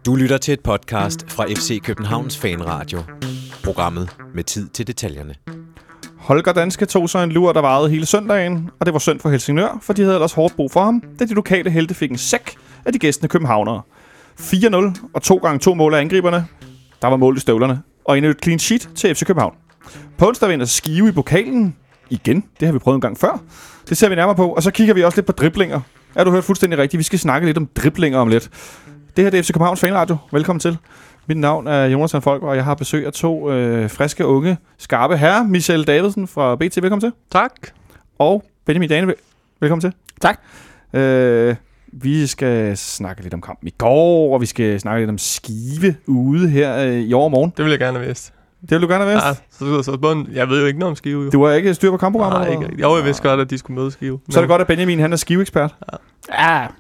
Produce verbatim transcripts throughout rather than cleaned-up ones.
Du lytter til et podcast fra F C Københavns Fanradio. Programmet med tid til detaljerne. Holger Danske tog så en lur, der varede hele søndagen, og det var synd for Helsingør, for de havde ellers hårdt brug for ham, da de lokale helte fik en sæk af de gæstende københavnere. fire nul og to gange to mål af angriberne. Der var mål i støvlerne, og endnu et clean sheet til F C København. På onsdag vinder Skive i pokalen. Igen, det har vi prøvet en gang før. Det ser vi nærmere på, og så kigger vi også lidt på driblinger. Er du hørt fuldstændig rigtigt? Vi skal snakke lidt om driblinger om lidt. Det her det er F C Københavns Fanradio. Velkommen til. Mit navn er Jonas Folk, og jeg har besøg af to øh, friske, unge, skarpe herrer. Michelle Davidsen fra B T, velkommen til. Tak. Og Benjamin Dane, velkommen til. Tak. Øh, vi skal snakke lidt om kampen i går, og vi skal snakke lidt om Skive ude her øh, i overmorgen. Det vil jeg gerne have vidst. Det vil du gerne have vidst? Ja, så, så, så, jeg ved jo ikke noget om Skive. Jo. Du har ikke styr på kampprogrammet? Nej, ikke rigtigt. Jo, jeg vidste godt, at de skulle møde Skive. Så er det godt, at Benjamin han er Skive-ekspert. Ja. Ja.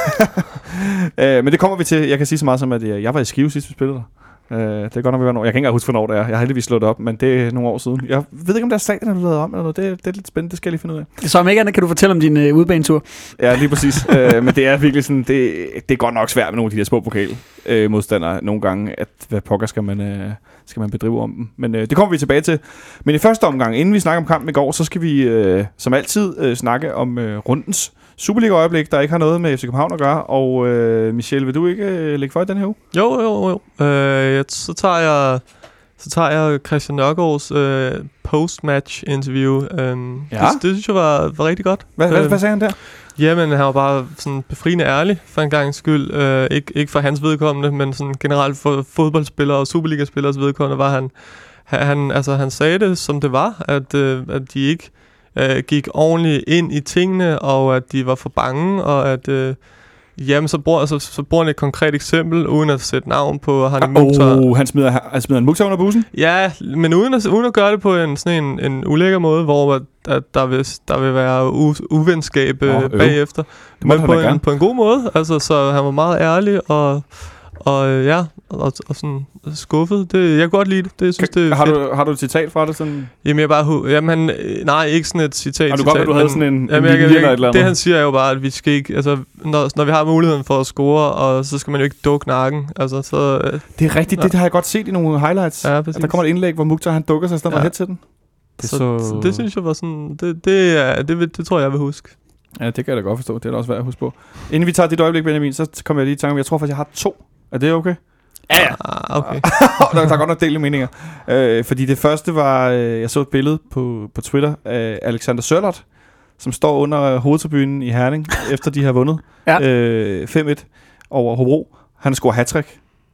øh, men det kommer vi til. Jeg kan sige så meget som, at jeg var i Skive sidst, vi spillede der. Uh, det er godt nok, vi var Jeg kan ikke engang huske, hvornår det er. Jeg har heldigvis slået det op, men det er nogle år siden. Jeg ved ikke, om der er stadion, der er lavet om eller noget. Det, det er lidt spændende, det skal jeg lige finde ud af. Så om ikke andet kan du fortælle om din uh, udbanetur. Ja, lige præcis. uh, men det er virkelig sådan, det, det er godt nok svært med nogle af de der små pokal uh, modstandere nogle gange, at hvad pokker skal man, uh, skal man bedrive om dem. Men uh, det kommer vi tilbage til. Men i første omgang, inden vi snakker om kampen i går, så skal vi uh, som altid uh, snakke om uh, rundens Superliga-øjeblik, der ikke har noget med F C København at gøre. Og øh, Michelle, vil du ikke øh, lægge for i den her uge? Jo, jo, jo. Øh, så, tager jeg, så tager jeg Christian Nørgaards øh, post-match-interview. Øh, ja. det, det synes jeg var, var rigtig godt. Hvad, øh, hvad, hvad sagde han der? Jamen, han var bare sådan befriende ærlig for en gangs skyld. Øh, ikke, ikke for hans vedkommende, men sådan generelt for fodboldspillere og Superliga-spillers vedkommende var han... Han, altså, han sagde det, som det var, at, øh, at de ikke... Uh, gik ordentligt ind i tingene, og at de var for bange, og at uh, jamen, så bruger, altså, så bruger han et konkret eksempel, uden at sætte navn på Hani Mukhtar. Oh, han smider, han smider en Mukhtar under bussen? Ja, men uden at, uden at gøre det på en, sådan en, en ulækker måde, hvor at, at der, vil, der vil være u- uvenskab oh, bagefter. Men på en, på en god måde, altså, så han var meget ærlig, og Og øh, ja, og, og sådan skuffet. Det, jeg kan godt lide det. det, synes, det har, du, har du et citat fra det? Sådan? Jamen, jeg bare... Jamen, han, nej, ikke sådan et citat. Har du citat, godt, at du havde sådan en, jamen, en jeg, eller et eller andet? Det, han siger, er jo bare, at vi skal ikke... Altså, når, når vi har muligheden for at score, og så skal man jo ikke dukke nakken. Altså, så... Øh, det er rigtigt. Det, det har jeg godt set i nogle highlights. Ja, at der kommer et indlæg, hvor Mukhtar, han dukker sig i stedet for ja. Head til den. Det, så, så... så det synes jeg var sådan... Det, det, er, det, det, det tror jeg, jeg vil huske. Ja, det kan jeg da godt forstå. Det er da også værd at huske på. Inden vi tager dit øjeblik, Benjamin, så kommer jeg lige i tanke om, jeg tror faktisk, jeg har to. Er det okay? Ja, ja. Ah, okay. der, der er godt nok delte meninger. Øh, fordi det første var, øh, jeg så et billede på, på Twitter af Alexander Sørloth, som står under hovedtribunen i Herning, efter de har vundet ja. øh, fem et over Hobro. Han scorer hattrick.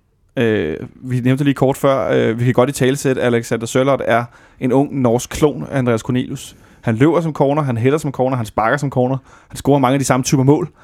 Øh, vi nævnte lige kort før, øh, vi kan godt i talesæt, at Alexander Sørloth er en ung norsk klon af Andreas Cornelius. Han løber som corner, han hætter som corner, han sparker som corner. Han scorer mange af de samme typer mål,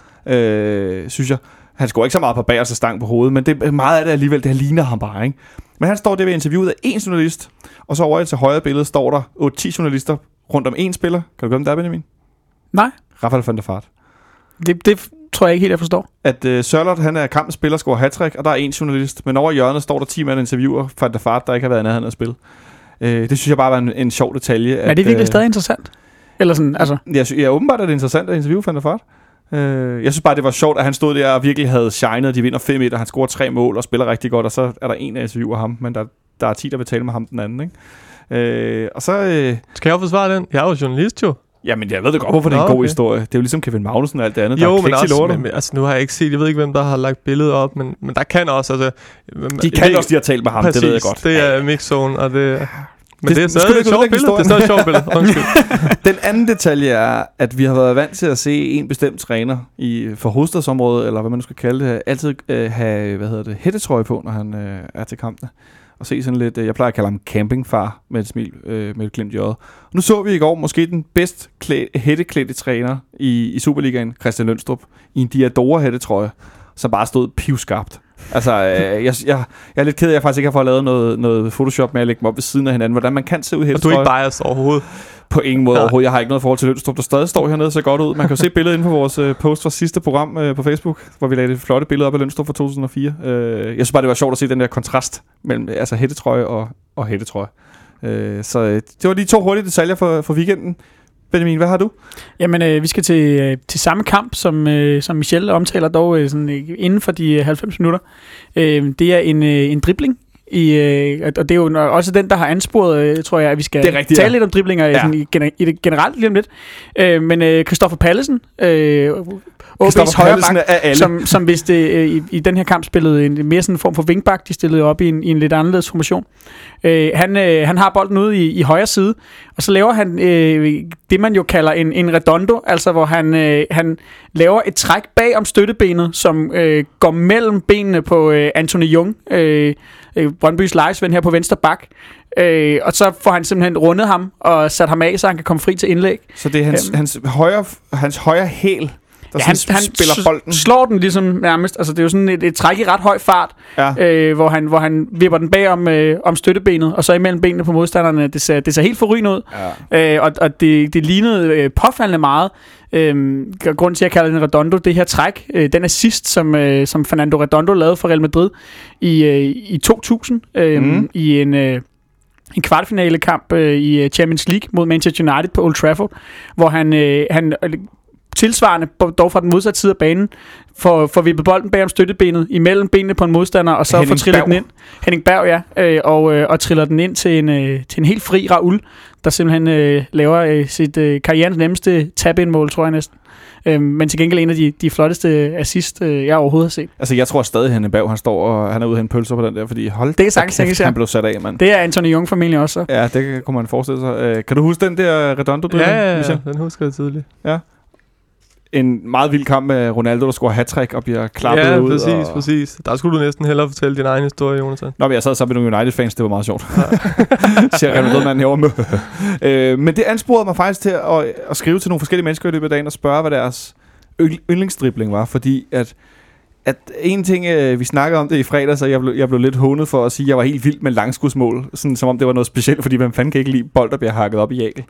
øh, synes jeg. Han scorer ikke så meget på bagerste stang på hovedet, men det, meget af det alligevel, det ligner ham bare, ikke? Men han står der ved interviewet af én journalist, og så over til højre billede står der otte ti journalister rundt om én spiller. Kan du gøre dem der, Benjamin? Nej. Rafael van der Vaart. Det, det tror jeg ikke helt, jeg forstår. At uh, Sørloth, han er kampens spiller, scorer hattrick, og der er én journalist. Men over i hjørnet står der ti mand interviewer van der Vaart, der ikke har været i nærheden at spille. Uh, det synes jeg bare var en, en sjov detalje. Men er det virkelig uh, stadig interessant? Eller sådan, altså... Jeg, jeg åbenbart er det interessant at interviewe van der Vaart. Uh, jeg synes bare, det var sjovt, at han stod der og virkelig havde shined. De vinder fem et, og han scorer tre mål og spiller rigtig godt. Og så er der en af interviewer ham, men der, der er ti, der vil tale med ham den anden, ikke? Uh, og så... Uh, Skal jeg jo forsvare den? Jeg er jo journalist, jo. Jamen, jeg ved det godt, hvorfor Nå, det er en god okay. historie. Det er jo ligesom Kevin Magnussen og alt det andet. Jo, der men også, men, altså, nu har jeg ikke set, jeg ved ikke, hvem der har lagt billedet op, men, men der kan også, altså... De kan det, også, de har talt med ham, præcis, det ved jeg godt. det er mixzone, og det... Men det, det er stadig et sjovt billede. Det er stadig et sjovt billede. Undskyld. Den anden detalje er, at vi har været vant til at se en bestemt træner i for hovedstadsområdet, eller hvad man nu skal kalde det, altid øh, have, hvad hedder det, hættetrøje på, når han øh, er til kampene. Og se sådan lidt, øh, jeg plejer at kalde ham campingfar med et smil, øh, med et glimt i øjet. Nu så vi i går måske den bedst hætteklædte træner i, i Superligaen, Christian Lønstrup, i en Diadora hættetrøje, som bare stod pivskarpt. Altså, øh, jeg, jeg, jeg er lidt ked af, at jeg faktisk ikke har fået lavet noget, noget Photoshop med at lægge dem op ved siden af hinanden, hvordan man kan se ud i hættetrøje. Og du er ikke biased overhovedet? På ingen måde ja. overhovedet. Jeg har ikke noget forhold til Lønstrup, der stadig står hernede, så godt ud. Man kan jo se billedet inde på vores øh, post fra sidste program øh, på Facebook, hvor vi lagde det flotte billede op af Lønstrup fra to tusind og fire. Øh, jeg synes bare, det var sjovt at se den der kontrast mellem altså hættetrøje og, og hættetrøje. Øh, så øh, det var de to hurtige detaljer for, for weekenden. Benjamin, hvad har du? Jamen, øh, vi skal til, øh, til samme kamp, som, øh, som Michel omtaler, dog øh, sådan, øh, inden for de halvfems minutter. Øh, det er en, øh, en dribling. I, øh, og det er jo også den, der har ansporet, øh, tror jeg, at vi skal rigtigt, tale ja. lidt om driblinger ja. sådan, i, i det generelt lige om lidt. Øh, men øh, Christoffer Pallesen, øh, O B's højre bak, som, som hvis det øh, i, i den her kamp spillede en mere sådan en form for vingbak, de stillede op i en, i en lidt anderledes formation. Øh, han, øh, han har bolden ude i, i højre side, og så laver han øh, det, man jo kalder en, en redondo, altså hvor han, øh, han laver et træk bag om støttebenet, som øh, går mellem benene på øh, Anthony Jung, øh, øh, Brøndbys lejesven her på venstre bak. Øh, og så får han simpelthen rundet ham og sat ham af, så han kan komme fri til indlæg. Så det er hans, øhm. hans, højre, hans højre hæl, der ja, han, han spiller bolden. slår den ligesom nærmest. Altså det er jo sådan et, et træk i ret høj fart, ja. øh, hvor, han, hvor han vipper den bag om, øh, om støttebenet, og så imellem benene på modstanderne. Det ser, det ser helt forrygende ud. Ja. Øh, og og det, det lignede øh, påfaldende meget. Øh, grunden til, at jeg kalder den Redondo, det her træk, øh, den assist, som, øh, som Fernando Redondo lavede for Real Madrid i, øh, i to tusind, øh, mm. i en... Øh, en kvartfinale kamp øh, i Champions League mod Manchester United på Old Trafford, hvor han, øh, han tilsvarende, dog fra den modsatte side af banen, får, får vippet bolden bag om støttebenet, imellem benene på en modstander, og så Henning får trillet den ind. Henning Berg, ja, øh, og, øh, og triller den ind til en, øh, til en helt fri Raul, der simpelthen øh, laver øh, sit øh, karrierens nemmeste tap-in-mål, tror jeg næsten. Øh, men til gengæld en af de, de flotteste assist, øh, jeg overhovedet har set. Altså, jeg tror stadig, at Henning Berg, han står og han er ude af en pølser på den der, fordi hold det er sagtens, kæft, han blev sat af, mand. Det er Anthony Jung formentlig også. Så. Ja, det kunne man forestille sig. Øh, kan du huske den der Redondo-dribling? Ja, ja, ja, den husker jeg tydeligt. Ja. En meget vild kamp med Ronaldo, der scorer hat-trick og bliver klappet ja, ud. Ja, præcis, og... præcis. Der skulle du næsten hellere fortælle din egen historie, Jonathan. Nå, men jeg sad sammen med nogle United-fans, det var meget sjovt. Ja. Siger Real Madrid-manden herovre med. øh, men det ansporede mig faktisk til at, at skrive til nogle forskellige mennesker i løbet af dagen og spørge, hvad deres yndlingsdribling var, fordi at, at en ting, vi snakkede om det i fredag, så jeg blev, jeg blev lidt hånet for at sige, at jeg var helt vild med langskudsmål, sådan som om det var noget specielt, fordi man fanden kan ikke lide bold, der bliver hakket op i ægel.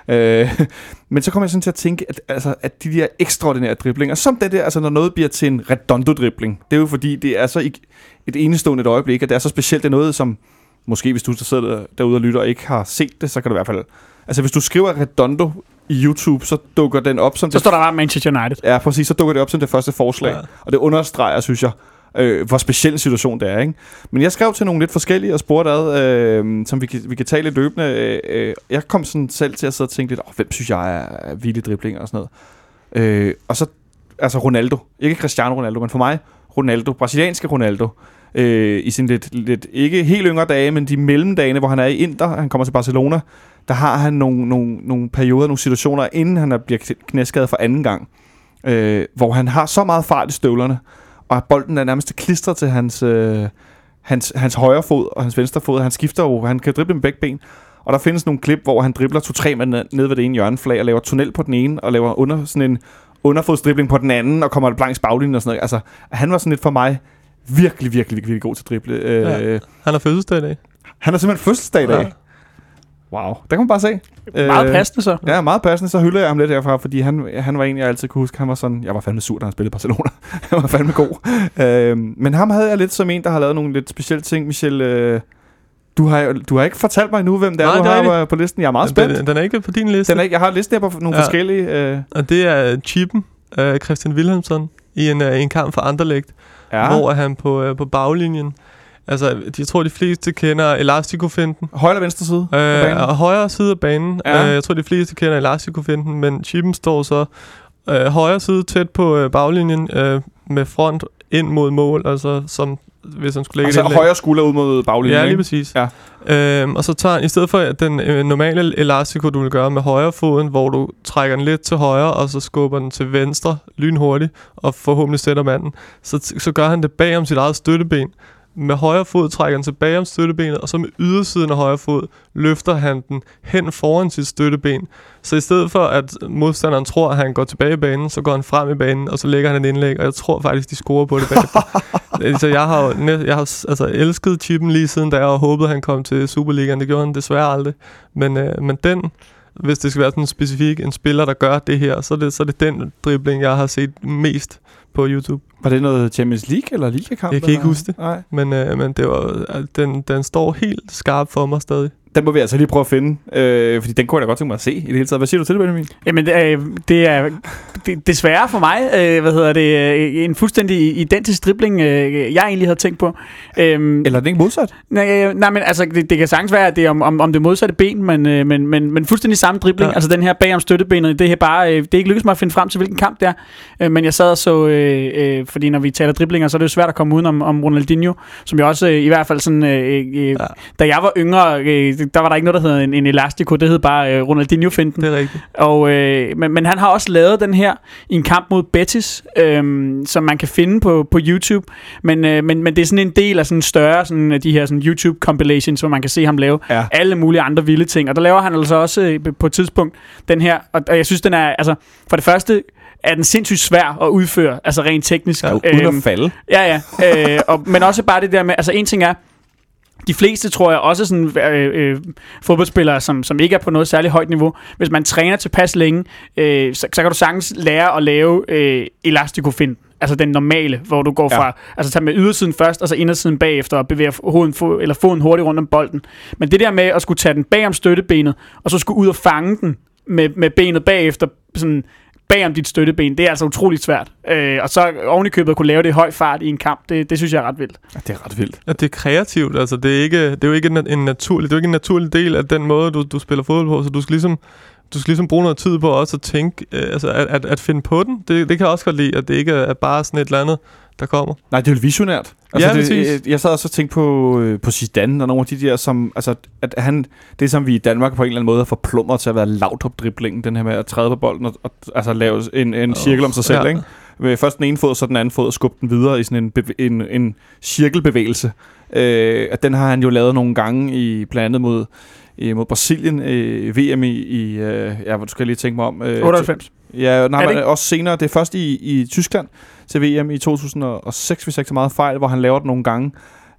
Øh, men så kom jeg sådan til at tænke, at, altså, at de der ekstraordinære driblinger, som det der, altså når noget bliver til en redondo-dribling, det er jo fordi, det er så ikke et enestående et øjeblik, at det er så specielt, det er noget, som måske hvis du sidder derude og lytter og ikke har set det, så kan du i hvert fald, altså hvis du skriver redondo i YouTube, så dukker den op som... Så det, står der bare Manchester United. Ja, præcis, så dukker det op som det første forslag, ja. Og det understreger, synes jeg, øh, hvor speciel en situation det er, ikke? Men jeg skrev til nogle lidt forskellige og spurgte ad, øh, som vi kan, vi kan tale lidt løbende. Øh, jeg kom sådan selv til at sidde og tænke lidt, åh, hvem synes jeg er vilde driblinger og sådan noget. Øh, og så, altså Ronaldo. Ikke Cristiano Ronaldo, men for mig, Ronaldo. Brasilianske Ronaldo. Øh, I sin lidt, lidt, ikke helt yngre dage, men de mellemdagene, hvor han er i Inter, han kommer til Barcelona, der har han nogle, nogle, nogle perioder, nogle situationer, inden han bliver knæskadet for anden gang, øh, hvor han har så meget fart i støvlerne, og bolden er nærmest klistret til hans, øh, hans, hans højre fod og hans venstre fod. Han skifter jo, han kan drible med begge ben. Og der findes nogle klip, hvor han dribler to-tre mand ned ved det ene hjørneflag og laver tunnel på den ene, og laver under, sådan en underfodsdribling på den anden, og kommer langs baglinjen og sådan noget. Altså, han var sådan lidt for mig virkelig, virkelig, virkelig god til at drible. Ja. Øh, han har fødselsdag i dag. Han har simpelthen fødselsdag i dag. Ja. Wow, der kan man bare se. Meget øh, passende så. Ja, meget passende. Så hylder jeg ham lidt herfra, fordi han, han var en, jeg altid kunne huske. Han var sådan, jeg var fandme sur, da han spillede Barcelona. Han var fandme god. øh, men ham havde jeg lidt som en, der har lavet nogle lidt specielle ting. Michel, øh, du, har, du har ikke fortalt mig endnu, hvem det er, Nej, du har på listen. Jeg er meget spændt. Den, den er ikke på din liste. Den er ikke, jeg har listen her på nogle ja. forskellige. Øh. Og det er Chippen, øh, Christian Wilhelmsson, i en, øh, en kamp for Anderlecht, ja. Hvor er han på, øh, på baglinjen. Altså, jeg tror, de fleste kender Elastico-finten. Højre eller venstre side øh, af banen? Højre side af banen. Ja. Øh, jeg tror, de fleste kender Elastico-finten, men Chippen står så øh, højre side tæt på øh, baglinjen øh, med front ind mod mål, altså som hvis han skulle lægge altså det højre skulder ud mod baglinjen, ja, lige præcis. Ja. Øhm, og så tager han, i stedet for den øh, normale Elastico, du vil gøre med højre foden, hvor du trækker den lidt til højre, og så skubber den til venstre lynhurtigt, og forhåbentlig sætter manden, så, så gør han det bag om sit eget støtteben. Med højre fod trækker han tilbage om støttebenet, og så med ydersiden af højre fod løfter han den hen foran sit støtteben. Så i stedet for, at modstanderen tror, at han går tilbage i banen, så går han frem i banen, og så lægger han et indlæg, og jeg tror faktisk, de scorer på det bagefter. Så jeg har jo jeg har, altså, elsket Chippen lige siden, da jeg håbede, at han kom til Superligaen. Det gjorde han desværre aldrig. Men, øh, men den, hvis det skal være sådan specifik en spiller, der gør det her, så er det, så er det den dribling, jeg har set mest på YouTube. Var det noget Champions League eller Liga-kamp? Jeg kan ikke huske det, Nej. men, øh, men det var, den, den står helt skarp for mig stadig. den må vi altså lige prøve at finde, øh, fordi den kunne jeg da godt tænke mig at se i det hele taget. Hvad siger du til det, Benjamin? Jamen, det er, det er det, desværre for mig, øh, hvad hedder det, en fuldstændig identisk dribling, øh, jeg egentlig havde tænkt på. Øhm, Eller er det ikke modsat? Nej, nej, men altså, det, det kan sagtens være, at det er om, om, om det modsatte ben, men, øh, men, men, men fuldstændig samme dribling. Ja. Altså den her bag om støttebenet, det er bare, øh, det er ikke lykkedes mig at finde frem til, hvilken kamp det er. Øh, men jeg sad og så, øh, øh, fordi når vi taler driblinger, så er det jo svært at komme uden om, om Ronaldinho, som jeg også øh, i hvert fald sådan, øh, øh, ja. da jeg var yngre, øh, der var der ikke noget, der hed en, en elastico, det hed bare øh, Ronaldinho-finten. Det er rigtigt. Og, øh, men, men han har også lavet den her i en kamp mod Betis, øh, som man kan finde på, på YouTube, men, øh, men, men det er sådan en del af sådan en større, sådan, de her sådan YouTube compilations, hvor man kan se ham lave ja. alle mulige andre vilde ting, og der laver han altså også øh, på et tidspunkt den her, og, og jeg synes den er, altså for det første er den sindssygt svær at udføre, altså rent teknisk. Ja, uden at falde. Ja, ja, øh, og, men også bare det der med, altså en ting er, de fleste, tror jeg, også sådan øh, øh, fodboldspillere, som, som ikke er på noget særligt højt niveau. Hvis man træner tilpas længe, øh, så, så kan du sagtens lære at lave øh, elastico-finten. Altså den normale, hvor du går fra, ja. altså tage med ydersiden først, og så indersiden bagefter, og bevæge hovedet, fo- eller foden hurtigt rundt om bolden. Men det der med at skulle tage den bag om støttebenet, og så skulle ud og fange den med, med benet bagefter, sådan bag om dit støtteben, det er altså utroligt svært. Øh, og så ovenikøbet at kunne lave det i høj fart i en kamp, det, det synes jeg er ret vildt. Ja, det er ret vildt. Ja, det er kreativt, altså det er, ikke, det er jo ikke en, en naturlig, det er jo ikke en naturlig del af den måde, du, du spiller fodbold på, så du skal ligesom Du skal ligesom bruge noget tid på også at tænke, øh, altså at, at, at finde på den. Det, det kan jeg også godt lide, at det ikke er bare sådan et eller andet, der kommer. Nej, det er jo visionært. Altså, ja, det, præcis. jeg sad også og tænkte på, øh, på Zidane og nogle af de der, som, altså, at han, det som vi i Danmark på en eller anden måde har forplumret til at være Laudrup-driblingen, den her med at træde på bolden og, og altså lave en, en oh, cirkel om sig selv, ja. Ikke? Med først den ene fod, så den anden fod, og skubbe den videre i sådan en, bev- en, en cirkelbevægelse. Øh, at den har han jo lavet nogle gange, i blandt andet mod mod Brasilien, øh, V M i, i øh, ja, hvad du skal lige tænke mig om. Øh, otteoghalvfems. Ja, nej, men også senere. Det er først i, i Tyskland til V M i to tusind og seks, hvis jeg ikke så meget fejl, hvor han laver det nogle gange.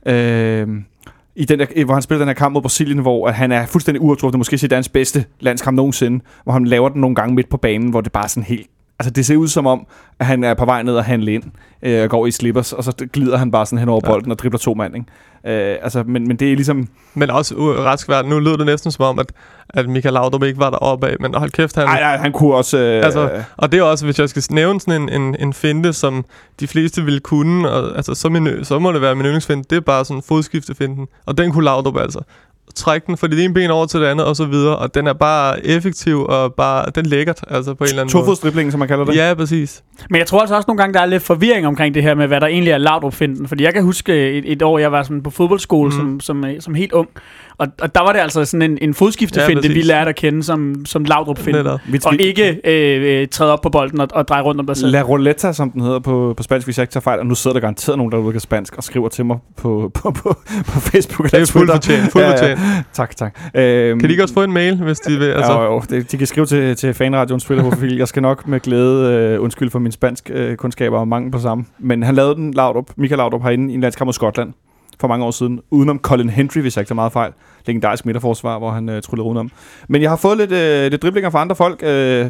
Øh, i den der, hvor han spiller den her kamp mod Brasilien, hvor at han er fuldstændig uaftrukket. Det er måske Zidanes bedste landskamp nogensinde, hvor han laver den nogle gange midt på banen, hvor det bare sådan helt... Altså, det ser ud som om, at han er på vej ned og handle ind, øh, og går i slippers, og så glider han bare sådan hen over bolden ja. og dribler to mand, ikke? Øh, altså, men, men det er ligesom... Men også uh, ret skvært. Nu lød det næsten som om, at, at Michael Laudrup ikke var deroppe af, men hold kæft, han... Nej, nej, han kunne også... Øh... Altså, og det er også, hvis jeg skal nævne sådan en, en, en finte, som de fleste ville kunne, og, altså, så, min, så må det være min yndlingsfinte, det er bare sådan fodskiftefinten, og den kunne Laudrup altså. Træk den fra det ene ben over til det andet og så videre, og den er bare effektiv og bare den er lækkert, altså på en eller anden måde. Tofodsdriblingen, som man kalder det. Ja, præcis. Men jeg tror altså også nogle gange der er lidt forvirring omkring det her med hvad der egentlig er Laudrup-finten, fordi jeg kan huske et, et år jeg var sådan på fodboldskole mm. som, som som helt ung, og, og der var det altså sådan en, en fodskiftefinte ja, vi lærte at kende som som Laudrup-finten, og ikke øh, træde op på bolden og, og dreje rundt om dig selv. La Roleta, som den hedder på på spansk, hvis jeg ikke tager fejl, og nu sidder der garanteret nogen der udgår spansk og skriver til mig på på på, på Facebook eller Twitter. Det er fuldt fortjent. Ja, ja. Tak, tak. Øhm, kan de ikke også få en mail, hvis de vil? Altså? Jo, jo. De, de kan skrive til, til Fanradions Twitter-profil. Jeg skal nok med glæde øh, undskylde for min spansk øh, kundskaber og mangel på samme. Men han lavede den, Laudrup, Michael Laudrup, herinde i en landskamp mod Skotland for mange år siden. Udenom Colin Hendry, hvis jeg ikke tager meget fejl. Legendarisk midterforsvar, hvor han øh, tryllede rundt om. Men jeg har fået lidt, øh, lidt driblinger fra andre folk. Øh,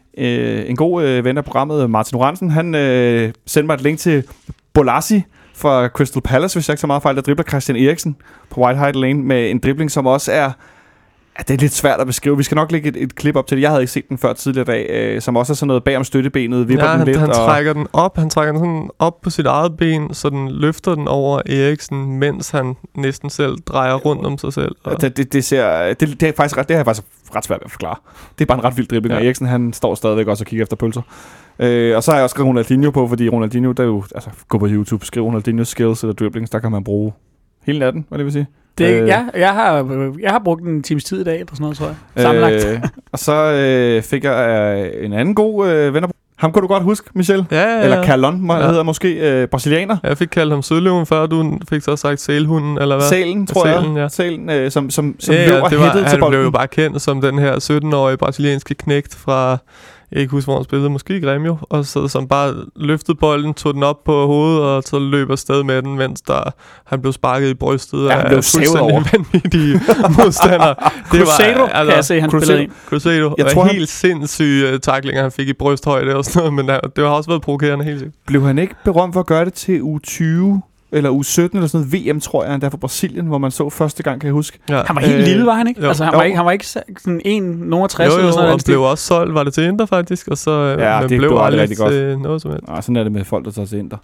øh, en god øh, ven af programmet, Martin Oransen, han øh, sendte mig et link til Bolassi fra Crystal Palace, hvis jeg ikke tager meget fejl. Der dribler Christian Eriksen på White Hart Lane med en dribling, som også er... Ja, det er lidt svært at beskrive. Vi skal nok lægge et, et klip op til det. Jeg havde ikke set den før tidligere dag, øh, som også er sådan noget bag om støttebenet, vipper ja, den han, lidt. han og trækker den op. Han trækker den sådan op på sit eget ben, så den løfter den over Eriksen, mens han næsten selv drejer rundt om sig selv. Og det, det, det, ser, det, det, er faktisk ret, det er faktisk ret svært at forklare. Det er bare en ret vild dribling, ja. Og Eriksen han står stadigvæk også og kigger efter pølser. Øh, og så har jeg også skrevet Ronaldinho på, fordi Ronaldinho, der er jo, altså gå på YouTube, skriv Ronaldinho skills eller dribblings, der kan man bruge hele natten, hvad det vil sige. Det, øh, ja, jeg har, jeg har brugt en times tid i dag, eller sådan noget, tror jeg. Sammenlagt. Øh, og så øh, fik jeg øh, en anden god øh, venner. Ham kunne du godt huske, Michel? Ja, ja, ja. Eller Carlon, må ja. hedder måske øh, brasilianer. Jeg fik kaldt ham sødløven før, du fik så sagt sælhunden, eller hvad? Sælen, tror Sælen, jeg. Ja. Sælen, øh, som, som, som ja, løb ja, og det var, hættede til bolden. Han blev jo bare kendt som den her sytten-årige brasilianske knægt fra... Jeg ikke huske, hvor han spillede, måske i Grêmio, og så som bare løftede bolden, tog den op på hovedet, og så løb afsted med den, mens der, han blev sparket i brystet ja, af fuldstændig vanvittige modstandere. Cruzado, altså, kan jeg se, han spillede ind. Cruzado, jeg tror, helt han... sindssyge uh, tacklinger, han fik i brysthøjde og sådan noget, men uh, det har også været provokerende helt sikkert. Blev han ikke berømt for at gøre det til U tyve eller U sytten eller sådan noget V M, tror jeg, endda for Brasilien, hvor man så første gang, kan jeg huske. Ja. Han var helt øh, lille, var han ikke? Jo. Altså, han var ikke, han var ikke sådan en, nogen af tres jo, jo, eller sådan noget. og blev også solgt, var det til Inter faktisk, og så ja, det blev blev aldrig rigtig godt. Øh, noget som helst. Nej, sådan er det med folk, der tager til Inter.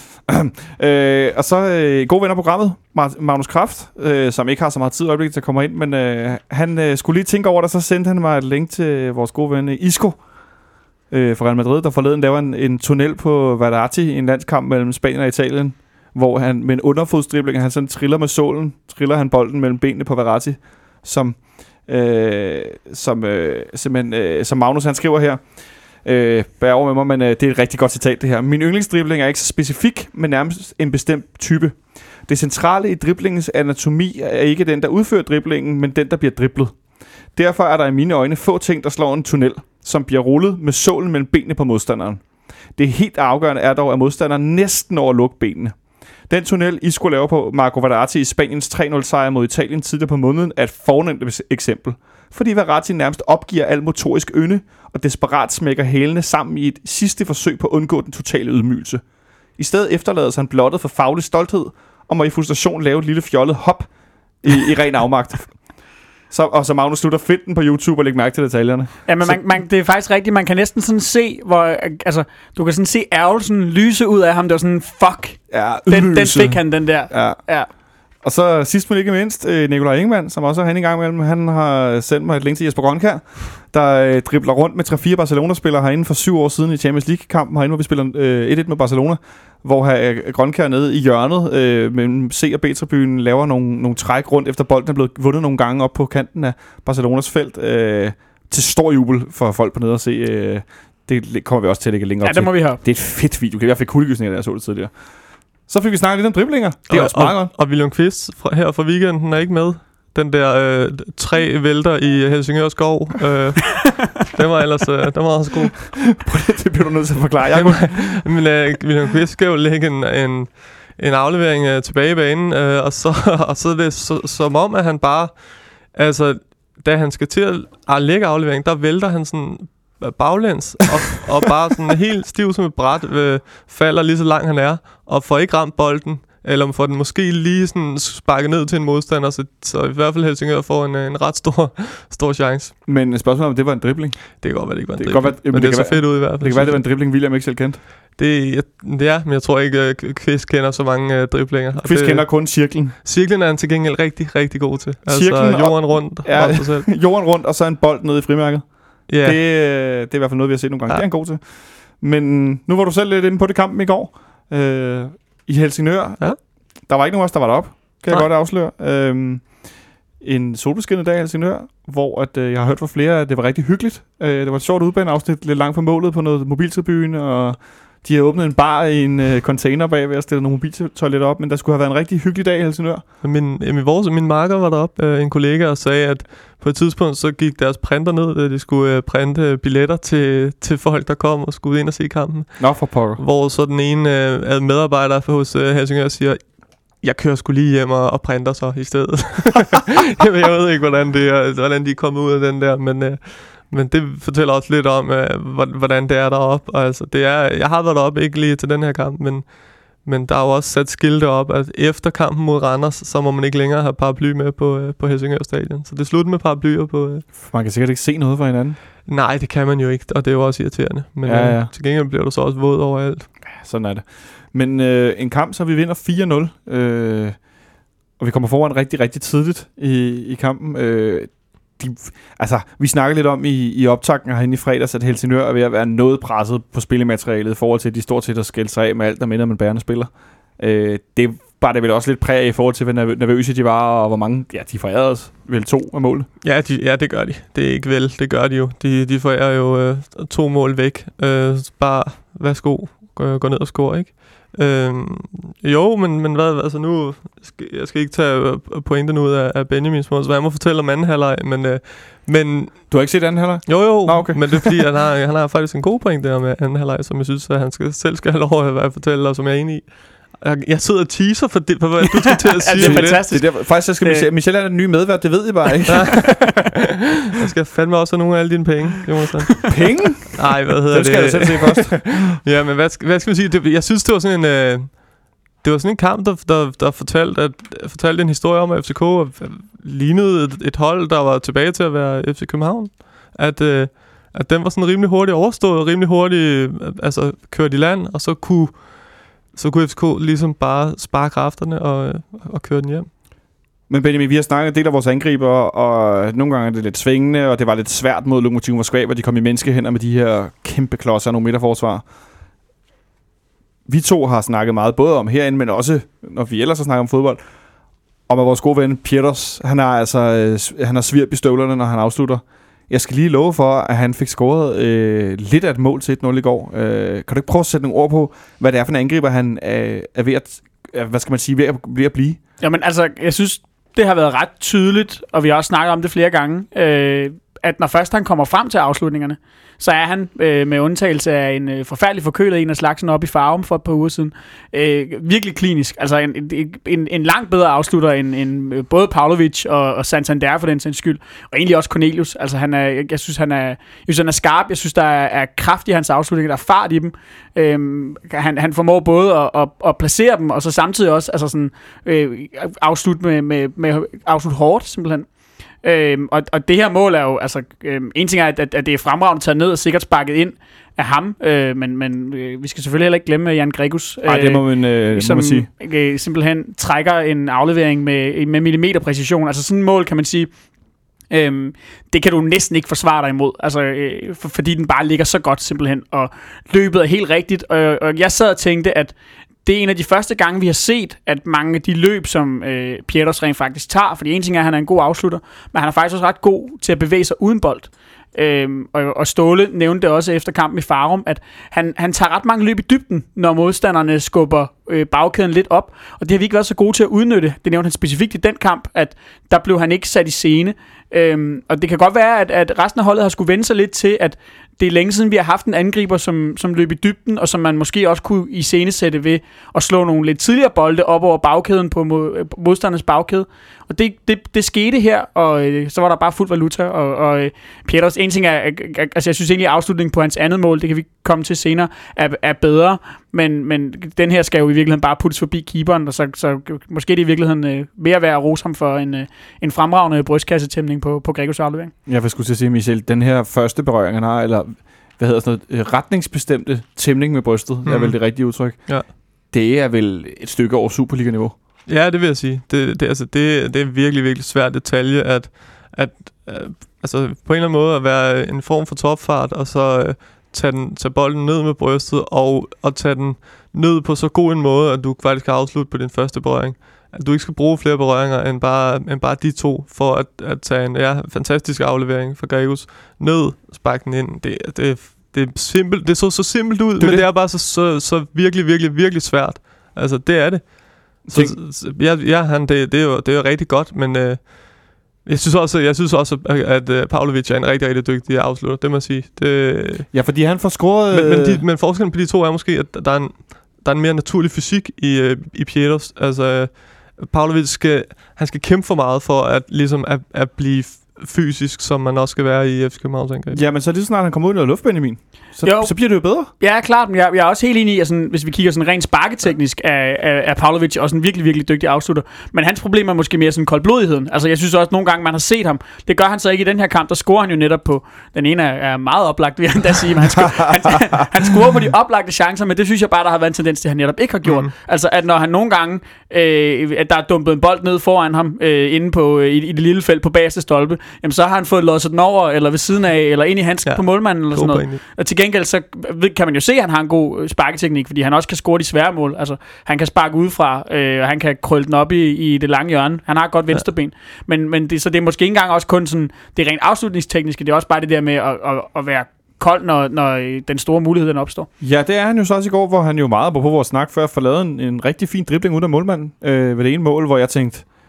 Ja. øh, og så øh, gode venner programmet, Magnus Kraft, øh, som ikke har så meget tid i øjeblikket til at komme ind, men øh, han øh, skulle lige tænke over det, så sendte han mig et link til vores gode ven Isco øh, fra Real Madrid, der forleden laver en, en tunnel på Verratti i en landskamp mellem Spanien og Italien, hvor han med en underfodsdribling, han sådan triller med sålen, triller han bolden mellem benene på Verratti, som, øh, som, øh, simpelthen, øh, som Magnus han skriver her. Øh, bær over med mig, men øh, det er et rigtig godt citat det her. Min yndlingsdribling er ikke så specifik, men nærmest en bestemt type. Det centrale i driblingens anatomi er ikke den, der udfører driblingen, men den, der bliver driblet. Derfor er der i mine øjne få ting, der slår en tunnel, som bliver rullet med sålen mellem benene på modstanderen. Det helt afgørende er dog, at modstanderen næsten over at lukke benene. Den tunnel, I skulle lave på Marco Verratti i Spaniens tre nul sejr mod Italien tidligere på måneden, er et fornemt eksempel. Fordi Verratti nærmest opgiver al motorisk ynde og desperat smækker hælene sammen i et sidste forsøg på at undgå den totale ydmygelse. I stedet efterlades han blottet for faglig stolthed og må i frustration lave et lille fjollet hop i, i ren afmagt. Så, og så Magnus slutter find den på YouTube og lægge mærke til detaljerne. Ja, men man, man, det er faktisk rigtigt. Man kan næsten sådan se, hvor, altså, du kan sådan se ærgelsen lyse ud af ham. Det var sådan, fuck, ja, den, den fik han, den der. Ja. Ja. Og så sidst men ikke mindst, Nikolaj Ingemann, som også er han i gang imellem, han har sendt mig et link til Jesper Grønkjær, der øh, dribler rundt med tre fire Barcelona-spillere herinde for syv år siden i Champions League-kampen herinde, hvor vi spiller øh, et et med Barcelona, hvor her, Grønkjær nede i hjørnet øh, mellem C- og B-tribunen laver nogle, nogle træk rundt, efter bolden er blevet vundet nogle gange op på kanten af Barcelonas felt, øh, til stor jubel for folk på nede og se. Øh, det kommer vi også til at lægge længere op til. Ja, det må vi have. Det er et fedt video. Jeg fik kuldegysninger, da jeg så det tidligere. Så fik vi snakket lidt om driblinger. Det er og, også meget og, godt. Og William Kvist fra, her fra weekenden er ikke med. Den der øh, tre vælter i Helsingør Skov. Øh, den var ellers øh, den var også god. det, det bliver du nødt til at forklare. Jeg Men øh, William Kvist skal jo lægge en, en, en aflevering øh, tilbage i banen. Øh, og, så, og så er det så, som om, at han bare... Altså, da han skal til at, at lægge aflevering, der vælter han sådan... baglæns og, og bare sådan helt stiv som et bræt øh, falder lige så langt han er og får ikke ramt bolden eller får den måske lige sådan sparket ned til en modstander, så, så i hvert fald Helsingør får en, en ret stor stor chance. Men spørgsmålet om det var en dribling? Det kan godt være det ikke var en det dribling, være, men det, det så være, fedt ud i hvert fald. Det kan være det var en dribling William ikke selv kendte. Det, jeg, det er, men jeg tror ikke uh, Kvist kender så mange uh, driblinger. Kvist kender kun cirklen. Cirklen er han til gengæld rigtig rigtig god til. Cirklen altså jorden rundt. Ja, jorden rundt og så en bold nede i frimærket. Yeah. Det, det er i hvert fald noget, vi har set nogle gange. Ja. Det er han god til. Men nu var du selv lidt inde på det kampen i går. Øh, I Helsingør. Ja. Der var ikke nogen af os, der var deroppe. Kan Nej. jeg godt afsløre. Øh, en solbeskinnet dag i Helsingør, hvor at, øh, jeg har hørt fra flere, at det var rigtig hyggeligt. Øh, det var et sjovt udbaneafsnit, lidt langt fra målet på noget mobiltribune, og de har åbnet en bar i en øh, container bagved og stillet nogle mobiltoiletter op, men der skulle have været en rigtig hyggelig dag i Helsingør. Min, min, vores, min marker var deroppe, øh, en kollega, og sagde, at på et tidspunkt så gik deres printer ned, de skulle øh, printe billetter til, til folk, der kom og skulle ind og se kampen. Nå, for pokker. Hvor så den ene øh, medarbejder hos øh, Helsingør siger, jeg kører sgu lige hjem og, og printer så i stedet. jeg ved ikke, hvordan, det er, hvordan de er kommet ud af den der, men... Øh, Men det fortæller også lidt om, øh, hvordan det er deroppe. Altså, det er, jeg har været deroppe, ikke lige til den her kamp, men, men der er jo også sat skilte op, at efter kampen mod Randers, så må man ikke længere have paraply med på, øh, på Helsingør Stadion. Så det er slut med paraplyer på... Øh. Man kan sikkert ikke se noget fra hinanden. Nej, det kan man jo ikke, og det er jo også irriterende. Men ja, ja. Øh, til gengæld bliver du så også våd overalt. Ja, sådan er det. Men øh, en kamp, så vi vinder fire nul, øh, og vi kommer foran rigtig, rigtig tidligt i, i kampen. Øh, De, altså, vi snakker lidt om i, i optakten herinde i fredags, at Helsingør er ved at være noget presset på spillematerialet i forhold til, at de stort set har skældt sig af med alt, der minder om en bærende spiller. Øh, det var det vel også lidt præg i forhold til, hvor nervøse de var, og hvor mange, ja, de forærede os vel to af målet. Ja, de, ja, det gør de. Det er ikke vel, det gør de jo. De, de forærer jo øh, to mål væk. Øh, bare, værsgo, gå, gå ned og score, ikke? Øhm, jo, men, men hvad, altså nu skal, jeg skal ikke tage pointen ud af, af Benjamins mål, så jeg må fortælle om anden halvleg, men, øh, men du har ikke set anden halvleg? Jo, jo, Nå, okay. Men det er fordi, han har, han har faktisk en god point der med anden halvleg, som jeg synes, at han skal, selv skal have lov at fortælle, og som jeg er enig i. Jeg, jeg sidder og teaser for det, på hvad du skal til at sige. Det er fantastisk. Det er der, faktisk så skal det... Michelle, Michelle er den nye medvært, det ved I bare ikke. Jeg skal fandme også have nogle af alle dine penge. Penge? Nej, hvad hedder det? Det skal du selv se først. Ja, men hvad, hvad skal man sige? Det, jeg synes, det var sådan en... Øh, det var sådan en kamp, der, der, der fortalte, at, fortalte en historie om, at F C K lignede et, et hold, der var tilbage til at være F C København. At, øh, at den var sådan rimelig hurtigt overstået, rimelig hurtigt altså, kørt i land, og så kunne, så kunne F C K ligesom bare spare kræfterne og, og køre den hjem. Men Benjamin, vi har snakket en del af vores angriber, og nogle gange er det lidt svingende, og det var lidt svært mod Lokomotiv Moskva, hvor de kom i menneskehænder med de her kæmpe klodser og nogle midterforsvar. Vi to har snakket meget, både om herinde, men også, når vi ellers har snakket om fodbold, om at vores gode ven Pieters, han har altså han har svirp i støvlerne, når han afslutter. Jeg skal lige love for, at han fik scoret øh, lidt af et mål til et nul i går. Øh, kan du ikke prøve at sætte nogle ord på, hvad det er for en angriber, han øh, er ved at, hvad skal man sige, ved at, ved at blive? Jamen altså, jeg synes, det har været ret tydeligt, og vi har også snakket om det flere gange, øh, at når først han kommer frem til afslutningerne, så er han, øh, med undtagelse af en øh, forfærdelig forkølet en af slagsen op i Farum for et par uger siden, øh, virkelig klinisk. Altså en, en, en, en langt bedre afslutter end, end både Pavlovic og, og Santander for den sags skyld, og egentlig også Cornelius. Altså han er, jeg, jeg synes han er, jeg synes han er skarp. Jeg synes der er, er kraft i hans afslutninger, der er fart i dem. Øhm, han, han formår både at, at, at placere dem, og så samtidig også altså sådan øh, afslutte med, med, med afslutte hårdt simpelthen. Øhm, og, og det her mål er jo, altså, øhm, en ting er, at, at det er fremragende taget ned og sikkert sparket ind af ham, øh, men, men øh, vi skal selvfølgelig heller ikke glemme Jan Gregus, Nej, øh, det må man, øh, som må man sige. Øh, simpelthen trækker en aflevering med, med millimeterpræcision. Altså sådan et mål, kan man sige, øhm, det kan du næsten ikke forsvare dig imod, altså, øh, for, fordi den bare ligger så godt simpelthen, og løbet er helt rigtigt, og, og jeg sad og tænkte, at det er en af de første gange, vi har set, at mange af de løb, som øh, Pieters rent faktisk tager, fordi en ting er, at han er en god afslutter, men han er faktisk også ret god til at bevæge sig uden bold. Øhm, og, og Ståle nævnte det også efter kampen i Farum, at han, han tager ret mange løb i dybden, når modstanderne skubber øh, bagkæden lidt op, og det har vi ikke været så gode til at udnytte. Det nævnte han specifikt i den kamp, at der blev han ikke sat i scene. Øhm, og det kan godt være, at, at resten af holdet har skulle vende sig lidt til, at det er længe siden, vi har haft en angriber, som, som løb i dybden, og som man måske også kunne iscenesætte ved at slå nogle lidt tidligere bolde op over bagkæden på modstanders bagkæde. Og det, det, det skete her, og øh, så var der bare fuld valuta. Og, og øh, Pieters, en ting er, øh, altså jeg synes egentlig, at afslutningen på hans andet mål, det kan vi komme til senere, er, er bedre. Men, men den her skal jo i virkeligheden bare puttes forbi keeperen, og så, så måske det i virkeligheden øh, mere værd at rose ham for en, øh, en fremragende brystkassetæmning på, på Gregos aflevering. Jeg vil skulle til at sige, Michel, den her første berøring, han har, eller hvad hedder sådan noget, retningsbestemte tæmning med brystet, mm. er vel det rigtige udtryk. Ja. Det er vel et stykke over Superliga-niveau. Ja, det vil jeg sige. Det, det, altså, det, det er virkelig, virkelig svært detalje, at, at øh, altså, på en eller anden måde at være en form for topfart, og så øh, tage, den, tage bolden ned med brystet, og, og tage den ned på så god en måde, at du faktisk kan afslutte på din første berøring. At du ikke skal bruge flere berøringer end bare, end bare de to, for at, at tage en ja, fantastisk aflevering fra Gregus ned, sparke den ind. Det, det, det, er simpelt, det så så simpelt ud, det men det. det er bare så, så, så virkelig, virkelig, virkelig svært. Altså, det er det. Så, så, ja, ja han, det, det, er jo, det er jo rigtig godt, men øh, jeg synes også, jeg synes også at, at, at Pavlovic er en rigtig, rigtig dygtig afslutter, det må jeg sige. Det, ja, fordi han får scoret... Men, men, de, men forskellen på de to er måske, at der er en, der er en mere naturlig fysik i, i Pieters. Altså, Pavlovic skal, han skal kæmpe for meget for at, ligesom at, at blive fysisk, som man også skal være i F C Københavns angreb. Ja, men så er det snart, han kommer ud i noget luft, Benjamin. Så, så bliver det jo bedre. Ja, klart, men jeg, jeg er også helt enig i, at sådan, hvis vi kigger sådan rent sparketeknisk, er, er, er Pavlovic også en virkelig, virkelig dygtig afslutter. Men hans problem er måske mere sådan koldblodigheden. Altså, jeg synes også, at nogle gange, man har set ham. Det gør han så ikke i den her kamp. Der scorer han jo netop på... Den ene er, er meget oplagt, vil jeg endda sige. Men han, scorer, han, han scorer på de oplagte chancer, men det synes jeg bare, der har været en tendens til, at han netop ikke har gjort. Mm. Altså, at når han nogle gange... Øh, at der er dumpet en bold ned foran ham, øh, inde på, øh, i, i det lille felt på bagerste stolpe, jamen så har han fået lodset den over, eller ved siden af, eller ind i handsken ja. på målmanden, eller sådan noget. Og til gengæld, så kan man jo se, at han har en god sparketeknik, fordi han også kan score de svære mål. Altså, han kan sparke udefra, øh, og han kan krølle den op i, i det lange hjørne. Han har et godt venstreben. Ja. Men, men det, så det er måske ikke engang også kun sådan, det er rent afslutningstekniske, det er også bare det der med at, at, at være kold, når, når den store mulighed den opstår. Ja, det er han jo så også i går, hvor han jo meget på vores snak før for lavet en, en rigtig fin dribling ud af målmanden øh, ved det ene mål, hvor jeg tænkte,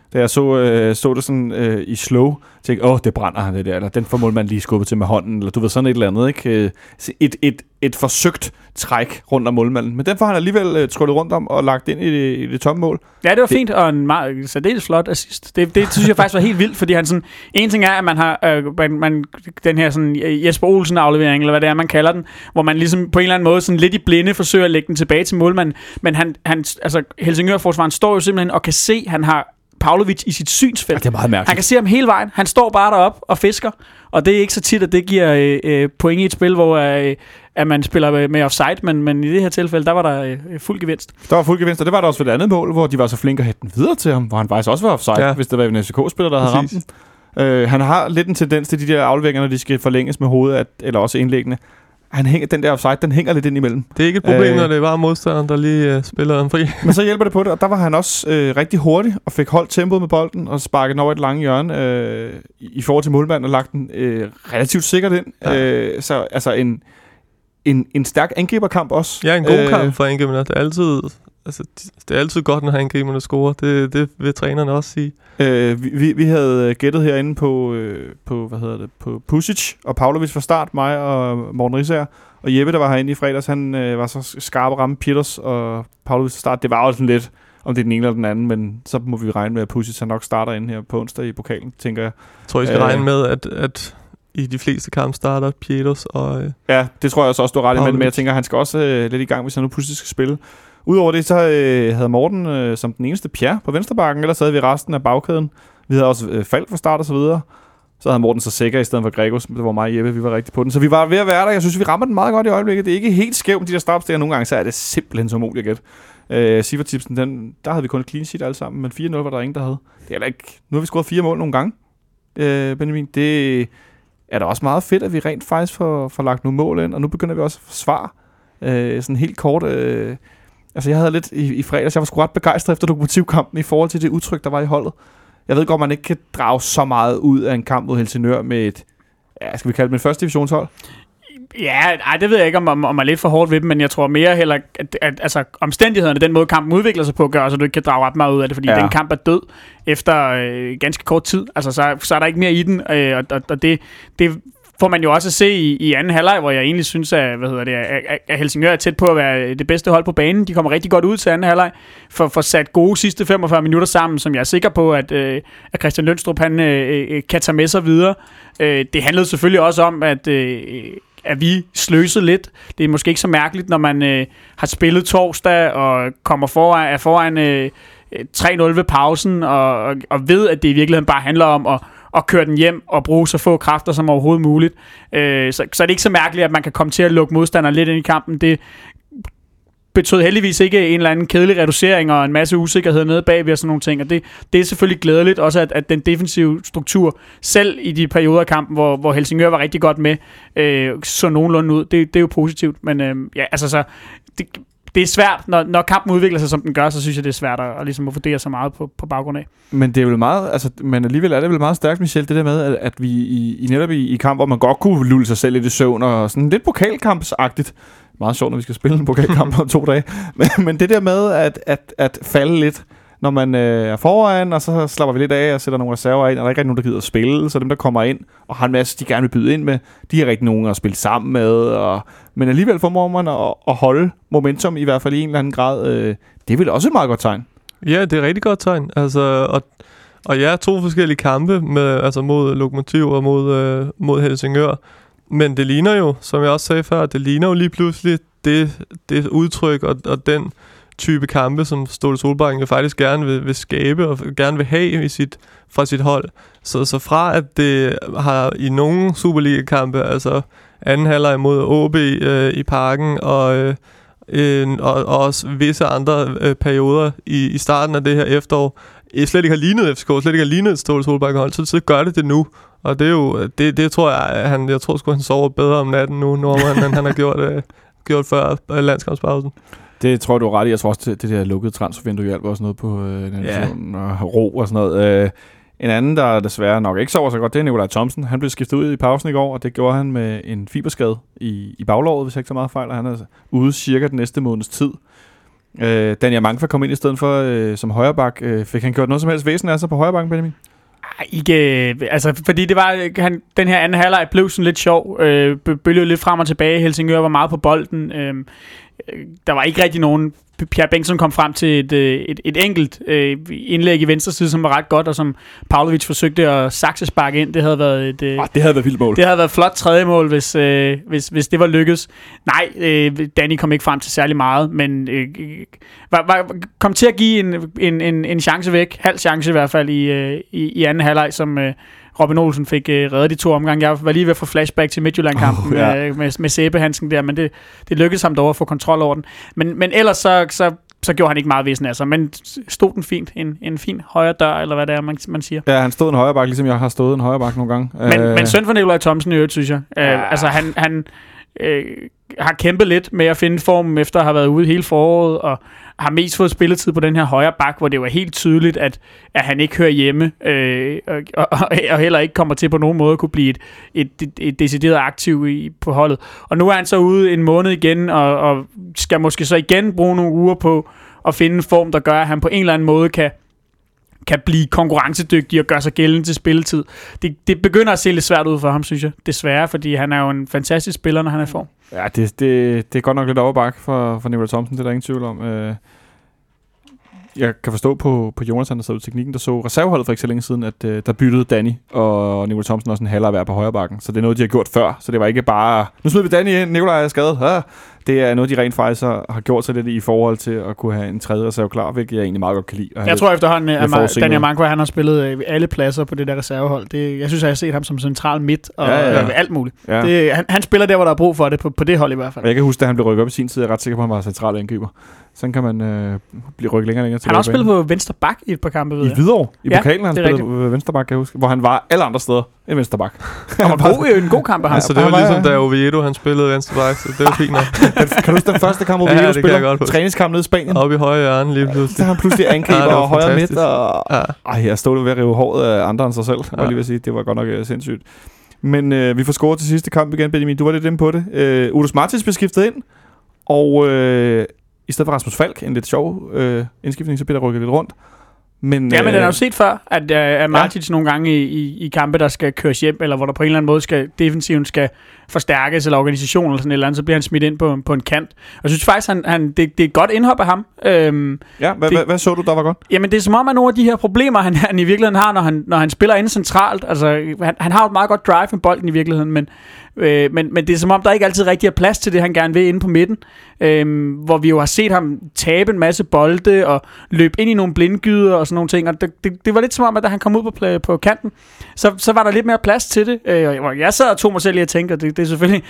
da jeg så, øh, så det sådan øh, i slow, tænkte åh, det brænder han det der, eller den får målmanden lige skubbet til med hånden, eller du ved, sådan et eller andet, ikke? Et, et, et forsøgt træk rundt om målmanden, men den får han alligevel øh, tryllet rundt om og lagt ind i det, i det tomme mål. Ja, det var det, fint, og en meget særdeles flot assist. Det, det synes jeg faktisk var helt vildt, fordi han sådan, en ting er, at man har øh, man, man, den her sådan Jesper Olsen-aflevering, eller hvad det er, man kalder den, hvor man ligesom på en eller anden måde sådan lidt i blinde forsøger at lægge den tilbage til målmanden, men han, han altså Helsingør-forsvaren står jo simpelthen og kan se, han har Pavlovic i sit synsfelt. Ja, det er meget mærkeligt. Han kan se ham hele vejen. Han står bare deroppe og fisker, og det er ikke så tit, at det giver øh, point i et spil, hvor øh, at man spiller med offside, men, men i det her tilfælde, der var der øh, fuld gevinst. Der var fuld gevinst, og det var der også ved det andet mål, hvor de var så flinke at hætte den videre til ham, hvor han faktisk også var offside, ja. Hvis det var en F C K-spiller, der Præcis. havde ramt den. Øh, han har lidt en tendens til de der afleveringer, når de skal forlænges med hovedet, at, eller også indlæggende. Han hænger, den der offside, den hænger lidt ind imellem. Det er ikke et problem, øh, når det er bare modstanderen, der lige uh, spiller den fri. Men så hjælper det på det, og der var han også øh, rigtig hurtig, og fik holdt tempoet med bolden, og sparket den over et lange hjørne øh, i forhold til målmanden, og lagt den øh, relativt sikkert ind. Ja. Øh, så altså en, en, en stærk angriberkamp også. Ja, en god øh, kamp for angriberne. Det er altid... Altså, det er altid godt, når angriberne scorer. Det, det vil trænerne også sige. Øh, vi, vi havde gættet herinde på, øh, på, hvad hedder det, på Pusic og Pavlovic fra start, mig og Morten Risager. Og Jeppe, der var herinde i fredags, han øh, var så skarp at ramme Peters og Pavlovic fra start. Det var også sådan lidt, om det er den ene eller den anden, men så må vi regne med, at Pusic han nok starter inde her på onsdag i pokalen, tænker jeg. Jeg tror, I skal øh, regne med, at... at i de fleste kampe starter Peters og... Øh, ja, det tror jeg også, du er ret i, men jeg tænker, at han skal også øh, lidt i gang, hvis han nu pludselig skal spille. Udover det, så øh, havde Morten øh, som den eneste Pierre på venstrebakken, ellers havde vi resten af bagkæden. Vi havde også øh, Falk fra start og så videre. Så havde Morten så sikker i stedet for Gregos. Det var mig og Jeppe, vi var rigtig på den. Så vi var ved at være der. Jeg synes, vi rammer den meget godt i øjeblikket. Det er ikke helt skævt, de der startopstikker. Nogle gange så er det simpelthen så umuligt at gætte. Øh, Sivertipsen, den, der havde vi kun et clean sheet alle sammen, men fire nul var der ingen, der havde. Det er ikke... Nu har vi scoret fire mål nogle gange, øh, Benjamin. Det er da også meget fedt, at vi rent faktisk får, får lagt nogle mål ind, og nu begynder vi også at forsvare. Øh, sådan helt kort... Øh, Altså, jeg havde lidt i, i fredags, jeg var sgu ret begejstret efter lokomotivkampen i forhold til det udtryk, der var i holdet. Jeg ved godt, man ikke kan drage så meget ud af en kamp mod Helsingør med et, ja, skal vi kalde det et første divisionshold? Ja, ej, det ved jeg ikke, om, om, om man er lidt for hårdt ved dem, men jeg tror mere heller, at, at, at altså, omstændighederne, den måde kampen udvikler sig på, gør, så du ikke kan drage ret meget ud af det, fordi ja. Den kamp er død efter øh, ganske kort tid. Altså, så, så er der ikke mere i den, øh, og, og, og det... det får man jo også at se i, i anden halvleg, hvor jeg egentlig synes, at, hvad hedder det, at Helsingør er tæt på at være det bedste hold på banen. De kommer rigtig godt ud til anden halvleg, for, for sat gode sidste femogfyrre minutter sammen, som jeg er sikker på, at, øh, at Christian Lønstrup han, øh, kan tage med sig videre. Øh, det handlede selvfølgelig også om, at, øh, at vi sløsede lidt. Det er måske ikke så mærkeligt, når man øh, har spillet torsdag og kommer foran, er foran øh, tre nul ved pausen, og, og, og ved, at det i virkeligheden bare handler om at og køre den hjem og bruge så få kræfter som overhovedet muligt. Øh, så, så er det ikke så mærkeligt, at man kan komme til at lukke modstanderen lidt ind i kampen. Det betød heldigvis ikke en eller anden kedelig reducering og en masse usikkerhed nede bagved og sådan nogle ting. Og det, det er selvfølgelig glædeligt også, at, at den defensive struktur, selv i de perioder af kampen, hvor, hvor Helsingør var rigtig godt med, øh, så nogenlunde ud. Det, det er jo positivt. Men øh, ja, altså så... Det, Det er svært, når, når kampen udvikler sig, som den gør, så synes jeg, det er svært at, at, ligesom at vurdere så meget på, på baggrund af. Men det er vel meget, altså, men alligevel er det vel meget stærkt, Michel, det der med, at, at vi i, i netop i, i kamp, hvor man godt kunne lulle sig selv lidt i søvn, og sådan lidt pokalkampsagtigt. Meget sjovt, når vi skal spille en pokalkamp om to dage. Men, men det der med at, at, at falde lidt, når man øh, er foran, og så slapper vi lidt af og sætter nogle reserver ind, og der er ikke rigtig nogen, der gider at spille, så dem, der kommer ind og har en masse, de gerne vil byde ind med, de har rigtig nogen at spille sammen med, og, men alligevel formår man at, at holde momentum, i hvert fald i en eller anden grad. Øh, det er vel også et meget godt tegn. Ja, det er et rigtig godt tegn. Altså, og, og ja, to forskellige kampe med, altså mod Lokomotiv og mod, øh, mod Helsingør, men det ligner jo, som jeg også sagde før, det ligner jo lige pludselig det, det udtryk og, og den type kampe, som Ståle Solbakken jo faktisk gerne vil, vil skabe og gerne vil have i sit, fra sit hold. Så, så fra at det har i nogle Superliga-kampe, altså anden halvleg mod O B øh, i Parken og, øh, og, og også visse andre øh, perioder i, i starten af det her efterår, slet ikke har lignet F C K, slet ikke har lignet Ståle Solbakken-hold, så, så gør det det nu. Og det er jo, det, det tror jeg, han, jeg tror sgu, han sover bedre om natten nu, når han, han har gjort, øh, gjort før landskampspausen. Det tror jeg, du er ret i. Jeg tror også, det, det der lukkede transfervindue hjælper også noget på øh, nationen yeah. og ro og sådan noget. Øh, en anden, der desværre nok ikke sover så godt, det er Nikolaj Thomsen. Han blev skiftet ud i pausen i går, og det gjorde han med en fiberskade i, i baglåret, hvis jeg ikke så meget fejl. Han er ude cirka den næste måneds tid. Øh, Daniel Mangfa kom ind i stedet for øh, som højreback. Øh, fik han gjort noget som helst væsen af sig på højrebacken, Benjamin? Ikke, altså, fordi det var, han, den her anden halvleg blev sådan lidt sjov, øh, bølgede lidt frem og tilbage, Helsingør var meget på bolden, øh, der var ikke rigtig nogen, Pierre Bengtsson kom frem til et, et, et enkelt øh, indlæg i venstre side, som var ret godt, og som Pavlovic forsøgte at saksesparke ind, det havde været et... Øh, oh, det havde været vildt mål. Det havde været flot tredje mål, hvis, øh, hvis, hvis det var lykkes. Nej, øh, Danny kom ikke frem til særlig meget, men øh, var, var, kom til at give en, en, en, en chance væk, halv chance i hvert fald i, øh, i, i anden halvleg, som... Øh, Robin Olsen fik øh, reddet de to omgange. Jeg var lige ved at få flashback til Midtjylland-kampen oh, ja. med, med, med Sæbehandsken der, men det, det lykkedes ham dog at få kontrol over den. Men, men ellers så, så, så gjorde han ikke meget væsen af sig, men stod den fint. En, en fin højre dør, eller hvad det er, man, man siger. Ja, han stod en højre bak, ligesom jeg har stået en højre bak nogle gange. Men, øh. men synd for Nikolaj Thomsen i øvrigt, synes jeg. Ja. Øh, altså, han, han øh, har kæmpet lidt med at finde formen, efter at have været ude hele foråret, og har mest fået spilletid på den her højre bak, hvor det var helt tydeligt, at, at han ikke hører hjemme, øh, og, og, og heller ikke kommer til på nogen måde at kunne blive et, et, et, et decideret aktiv i, på holdet. Og nu er han så ude en måned igen, og, og skal måske så igen bruge nogle uger på at finde en form, der gør, at han på en eller anden måde kan, kan blive konkurrencedygtig og gøre sig gældende til spilletid. Det, det begynder at se lidt svært ud for ham, synes jeg. Desværre, fordi han er jo en fantastisk spiller, når han er i form. Ja, det, det, det er godt nok lidt overbak for, for Nikolaj Thomsen, det er der ingen tvivl om. Øh, jeg kan forstå på, på Jonathan, der sad ud teknikken, der så reserveholdet for ikke så længe siden, at øh, der byttede Danny og Nikolaj Thomsen også en halvleg hver på højre bakken. Så det er noget, de har gjort før. Så det var ikke bare, nu smider vi Danny ind, Nikolaj er skadet. Ah, det er noget, de rent faktisk har gjort sig lidt i forhold til at kunne have en tredje reserve klar, hvilket jeg egentlig meget godt kan lide. Jeg tror efterhånden, at Daniel Mangfa, han har spillet alle pladser på det der reservehold. Det, jeg synes, jeg har set ham som central midt og ja, ja. alt muligt. Ja. Det, han, han spiller der, hvor der er brug for det, på, på det hold i hvert fald. Jeg kan huske, da han blev rykket op i sin tid, jeg er ret sikker på, at han var central angriber. Sådan kan man øh, blive rykket længere og længere til. Han har også spillet på venstre bak i et par kampe, ved jeg. I Hvidovre. I ja, pokalen han spillede på venstre bak, kan jeg huske. Hvor han var alle andre steder end venstre bak. Han var god i en god kamp af ham. Ja, så det var ligesom, da Oviedo han spillede venstre bak, så det var fint nok. Kan du huske den første kamp, Oviedo ja, spiller? Træningskamp nede i Spanien. Oppe i højre hjørne lige pludselig. Så han pludselig angriber ja, og højre midt. Og... Ja. Ej, jeg stod ved at rive håret af andre end sig selv. Ja. Lige vil sige, det var godt nok uh, sindssygt. Men øh, vi får scoret til sidste kamp igen, Benjamin. Du var lidt inde på det. Øh, Udus Martins blev skiftet ind, og øh, i stedet for Rasmus Falk, en lidt sjov øh, indskiftning, så bliver der rykket lidt rundt. Men, ja, men den har jo set før, at, uh, at Martins ja. nogle gange i, i, i kampe, der skal køres hjem, eller hvor der på en eller anden måde skal defensiven skal forstærkes, eller organisationen eller sådan et eller andet, så bliver han smidt ind på, på en kant. Og jeg synes faktisk, han, han, det, det er et godt indhop af ham. Øhm, ja, hvad, det, hvad, hvad så du, der var godt? Jamen, det er som om, at nogle af de her problemer, han, han i virkeligheden har, når han, når han spiller inde centralt, altså, han, han har et meget godt drive med bolden i virkeligheden, men, øh, men, men det er som om, der ikke altid rigtig er plads til det, han gerne vil inde på midten. Øh, hvor vi jo har set ham tabe en masse bolde, og løbe ind i nogle blindgyder og sådan nogle ting, og det, det, det var lidt som om, at da han kom ud på, på kanten, så, så var der lidt mere plads til det. Øh, og jeg sad og tog mig selv i at tænke, at det, det er selvfølgelig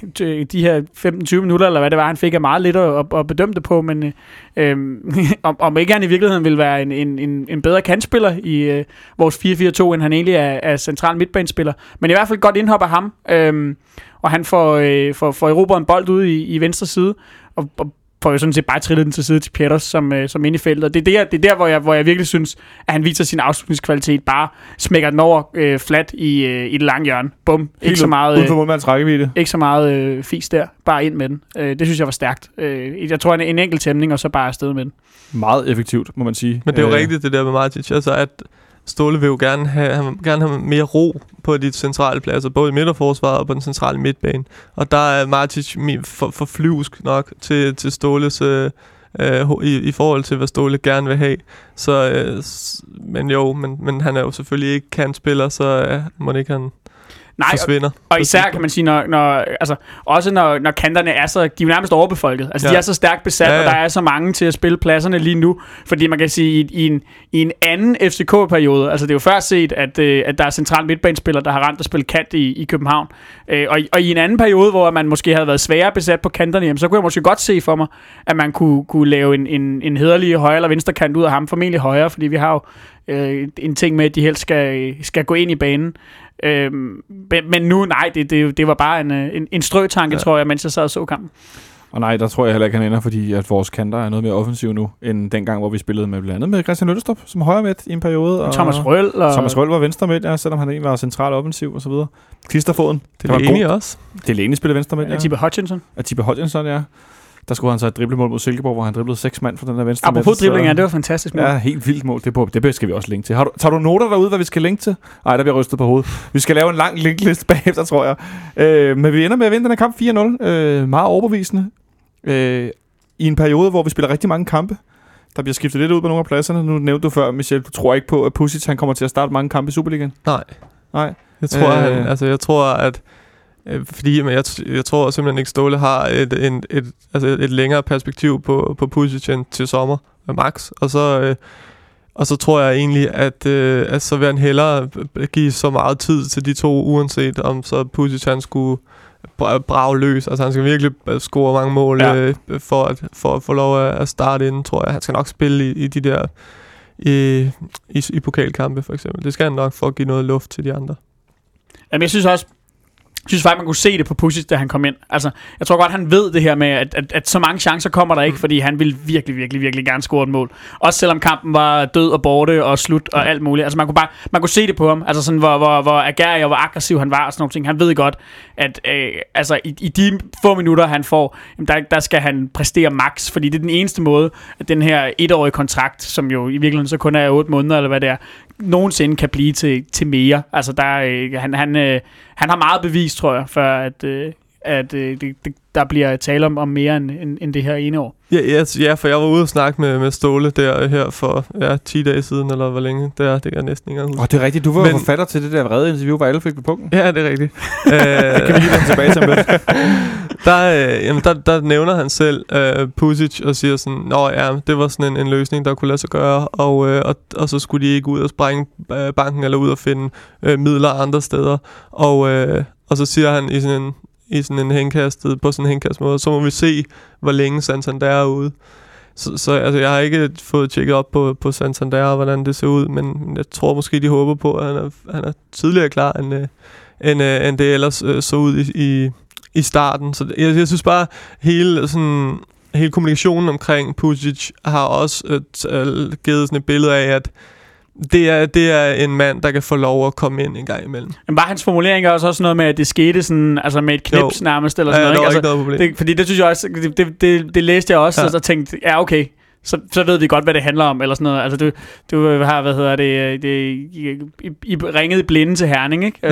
de her femten tyve minutter, eller hvad det var, han fik er meget lidt at, at bedømme det på, men øh, om, om ikke han i virkeligheden vil være en, en, en, en bedre kantspiller i øh, vores fire fire to, end han egentlig er, er central midtbanespiller. Men i hvert fald et godt indhop af ham, øh, og han får, øh, får, får erobret en bold ude i, i venstre side, og, og får jo sådan set bare trillet den til side til Pieters som, øh, som inde i feltet. Det er der, det er der hvor, jeg, hvor jeg virkelig synes, at han viser sin afslutningskvalitet. Bare smækker den over øh, flat i, øh, i det lange hjørne. Bum. Ikke så meget, øh, ikke så meget øh, fis der. Bare ind med den. Øh, det synes jeg var stærkt. Øh, jeg tror, en, en enkelt tæmning, og så bare afsted med den. Meget effektivt, må man sige. Men det er jo øh. rigtigt, det der med Martic. Altså, at Ståle vil jo gerne have, han vil gerne have mere ro på de centrale pladser, både i midterforsvaret og på den centrale midtbane. Og der er Martic for, for flyvsk nok til, til Ståles øh, øh, i, i forhold til, hvad Ståle gerne vil have. Så, øh, men jo, men, men han er jo selvfølgelig ikke kantspiller, så øh, må ikke han... Nej, og, og især kan man sige, når, når, altså, også når, når kanterne er så, de er jo nærmest overbefolket. Altså, ja. de er så stærkt besat, ja, ja. og der er så mange til at spille pladserne lige nu. Fordi man kan sige, i, i, en, i en anden F C K-periode, altså det er jo før set, at, at der er central midtbanespillere, der har ramt at spille kant i, i København. Og, og i en anden periode, hvor man måske havde været sværere besat på kanterne, jamen, så kunne jeg måske godt se for mig, at man kunne, kunne lave en, en, en hederlig højre eller venstre kant ud af ham, formentlig højre, fordi vi har jo øh, en ting med, at de helst skal, skal gå ind i banen. Øhm, men nu, nej, det, det, det var bare en, en, en strøtanke, ja. tror jeg, mens jeg sad og så kampen. Og nej, der tror jeg heller ikke, han ender, fordi at vores kanter er noget mere offensiv nu, end dengang, hvor vi spillede med blandt andet med Christian Lønnestrup som højre midt i en periode. Og Thomas Røhl. Og Thomas Røhl var venstre midt, ja, selvom han egentlig var central offensiv og så videre. Klisterfoden. Det er Leni også. Det er Leni spiller venstre midt, ja. Atiba Hutchinson. Atiba Hutchinson, ja. Der skulle han så et driblemål mod Silkeborg, hvor han driblede seks mand fra den der venstre. Apropos dribling, ja, det var fantastisk mål. Ja, helt vildt mål. Det, på, det skal vi også linke til. Har du, tager du noter derude, hvad vi skal linke til? Nej, der bliver rystet på hovedet. Vi skal lave en lang linkliste bagefter, tror jeg. Øh, men vi ender med at vinde den her kamp fire nul. Øh, meget overbevisende. Øh, I en periode, hvor vi spiller rigtig mange kampe. Der bliver skiftet lidt ud på nogle af pladserne. Nu nævnte du før, Michel, du tror ikke på, at Pusic han kommer til at starte mange kampe i Superligaen? Nej. Nej. Jeg tror, øh, han, altså, jeg tror at øh, fordi men jeg, jeg tror simpelthen ikke Ståle har et, en, et, altså et længere perspektiv på, på Pusic end til sommer med Max. Og så, øh, og så tror jeg egentlig, at, øh, at så vil han hellere give så meget tid til de to, uanset om så Pusic han skulle brage løs. Altså han skal virkelig score mange mål ja. øh, for, at, for at få lov at starte inden, tror jeg. Han skal nok spille i, i de der i, i, i pokalkampe for eksempel. Det skal han nok for at give noget luft til de andre. Jamen jeg synes også, jeg synes faktisk, man kunne se det på Pusic, da han kom ind. Altså, jeg tror godt, han ved det her med, at, at, at så mange chancer kommer der ikke, mm. fordi han vil virkelig, virkelig, virkelig gerne score et mål. Også selvom kampen var død og borte og slut og alt muligt. Altså, man kunne bare, man kunne se det på ham. Altså, sådan, hvor, hvor, hvor agerig og hvor aggressiv han var og sådan nogle ting. Han ved godt, at øh, altså, i, i de få minutter, han får, jamen, der, der skal han præstere max, fordi det er den eneste måde, at den her etårige kontrakt, som jo i virkeligheden så kun er otte måneder, eller hvad det er, nogensinde kan blive til, til mere. Altså, der, øh, han, han, øh, han har meget bevis, tror jeg, for at, øh, at øh, det, det, der bliver tale om, om mere end, end, end det her ene år. Ja, ja, ja, for jeg var ude og snakke med, med Ståle der her for ja, ti dage siden, eller hvor længe det er, det kan jeg næsten ikke engang huske. Åh, det er rigtigt. Du var Men, forfatter til det der vrede interview, hvor alle fik på punkten. Ja, det er rigtigt. Det kan vi lige vende tilbage til med. der, øh, jamen, der, der nævner han selv øh, Pusic og siger sådan, nå ja, det var sådan en, en løsning, der kunne lade sig gøre, og, øh, og, og så skulle de ikke ud og sprænge øh, banken, eller ud og finde øh, midler andre steder. Og, øh, og så siger han i sådan en i sådan en henkastet, på sådan en henkastmåde, så må vi se, hvor længe Santander er ude. Så, så altså, jeg har ikke fået tjekket op på, på Santander, hvordan det ser ud, men jeg tror måske, de håber på, at han er, han er tidligere klar, end, end, end det ellers øh, så ud i, i, i starten. Så jeg, jeg synes bare, hele, sådan, hele kommunikationen omkring Pusic har også øh, t- givet sådan et billede af, at Det er, det er en mand, der kan få lov at komme ind en gang imellem. Men bare hans formulering er også, også noget med, at det skete sådan, altså med et knips jo. nærmest, eller sådan ja, noget. Ikke? Altså, ikke noget det, fordi det synes jeg også, det, det, det, det læste jeg også, ja. og så tænkte, ja okay, så, så ved vi godt, hvad det handler om, eller sådan noget. Altså du, du har, hvad hedder det, det I, I, I ringede blinde til Herning, ikke?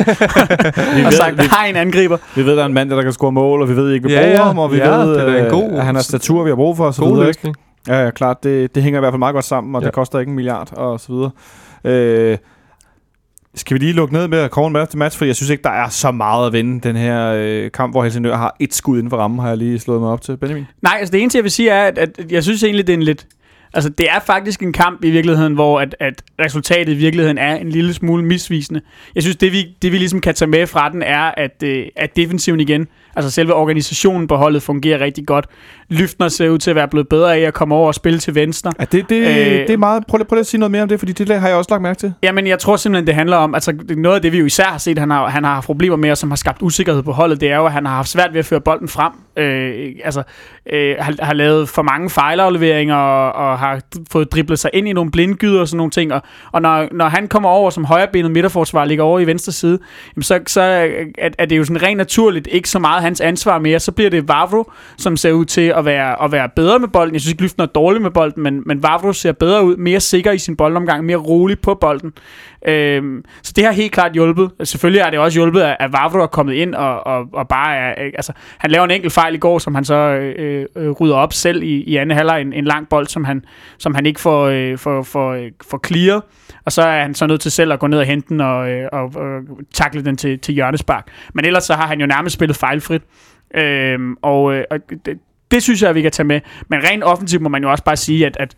vi og sagt, der er en angriber. Vi ved, der er en mand, der kan score mål, og vi ved ikke, vi ja, bruger ja. ham, og vi ja, ved, det er en god, at han har statur, vi har brug for, og så god videre, løsning. Ja, ja, klart. Det, det hænger i hvert fald meget godt sammen, og ja. det koster ikke en milliard, og så videre. Øh, skal vi lige lukke ned med at komme med til match, for jeg synes ikke, der er så meget at vinde den her øh, kamp, hvor Helsingør har et skud inden for rammen, har jeg lige slået mig op til. Benjamin? Nej, altså det eneste, jeg vil sige, er, at, at jeg synes egentlig, det er en lidt... Altså, det er faktisk en kamp i virkeligheden, hvor at, at resultatet i virkeligheden er en lille smule misvisende. Jeg synes, det vi, det vi ligesom kan tage med fra den, er, at, at defensiven igen, altså selve organisationen på holdet, fungerer rigtig godt. Lyftner ser ud til at være blevet bedre af at komme over og spille til venstre. Ja, det, det, øh, det er meget... Prøv, prøv lige at sige noget mere om det, fordi det har jeg også lagt mærke til. Jamen, jeg tror simpelthen, det handler om... Altså, noget af det, vi jo især har set, han har, han har haft problemer med, og som har skabt usikkerhed på holdet, det er jo, at han har haft svært ved at føre bolden frem. Øh, altså, øh, har, har lavet for mange fejlafleveringer, og, og har fået driblet sig ind i nogle blindgyder og sådan nogle ting. Og, og når, når han kommer over som højrebenet midterforsvar, ligger over i venstre side, jamen så, så er, er det jo sådan rent naturligt ikke så meget hans ansvar mere. Så bliver det Vavro, som ser ud til at være, at være bedre med bolden. Jeg synes ikke, Lyftner er dårlig med bolden, men, men Vavro ser bedre ud, mere sikker i sin boldomgang, mere rolig på bolden. Øhm, så det har helt klart hjulpet. Selvfølgelig er det også hjulpet, at Vavro er kommet ind og, og, og bare er... Altså, han laver en enkelt fejl i går, som han så øh, øh, rydder op selv i, i anden halvleg, en, en lang bold, som han, som han ikke får, øh, får, får, øh, får clearet. Og så er han så nødt til selv at gå ned og hente den og, øh, og, og takle den til, til hjørnespark. Men ellers så har han jo nærmest spillet fejlfrit. Øhm, og øh, og det, det synes jeg, at vi kan tage med. Men rent offensivt må man jo også bare sige, at, at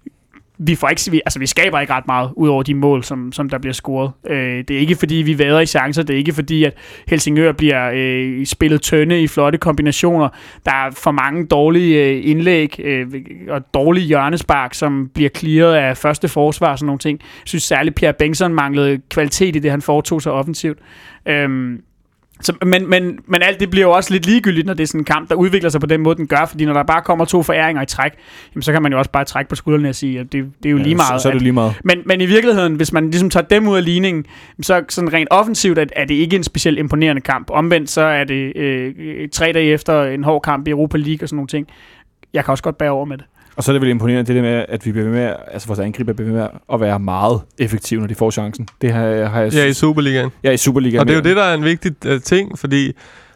vi får ikke, vi, altså vi skaber ikke ret meget ud over de mål, som, som der bliver scoret. Øh, det er ikke fordi, vi vader i chancer. Det er ikke fordi, at Helsingør bliver øh, spillet tynde i flotte kombinationer. Der er for mange dårlige øh, indlæg øh, og dårlige hjørnespark, som bliver clearet af første forsvar og sådan nogle ting. Jeg synes særligt, Pierre Bengtsson manglede kvalitet i det, han foretog sig offensivt. Øh, Så, men, men, men alt det bliver jo også lidt ligegyldigt, når det er sådan en kamp, der udvikler sig på den måde, den gør. Fordi når der bare kommer to foræringer i træk, jamen, så kan man jo også bare trække på skuldrene og sige, at det, det er jo ja, lige meget. Så, så er det lige meget. At, men, men i virkeligheden, hvis man ligesom tager dem ud af ligningen, så sådan rent offensivt er, er det ikke en specielt imponerende kamp. Omvendt så er det øh, tre dage efter en hård kamp i Europa League og sådan nogle ting. Jeg kan også godt bære over med det. Og så er det vel imponerende det der med, at vi bliver med, altså vores angriber bliver med at være meget effektive, når de får chancen. Det har, har jeg... Ja, i Superligaen. Ja, i Superligaen. Og det er jo det, der er en vigtig uh, ting, fordi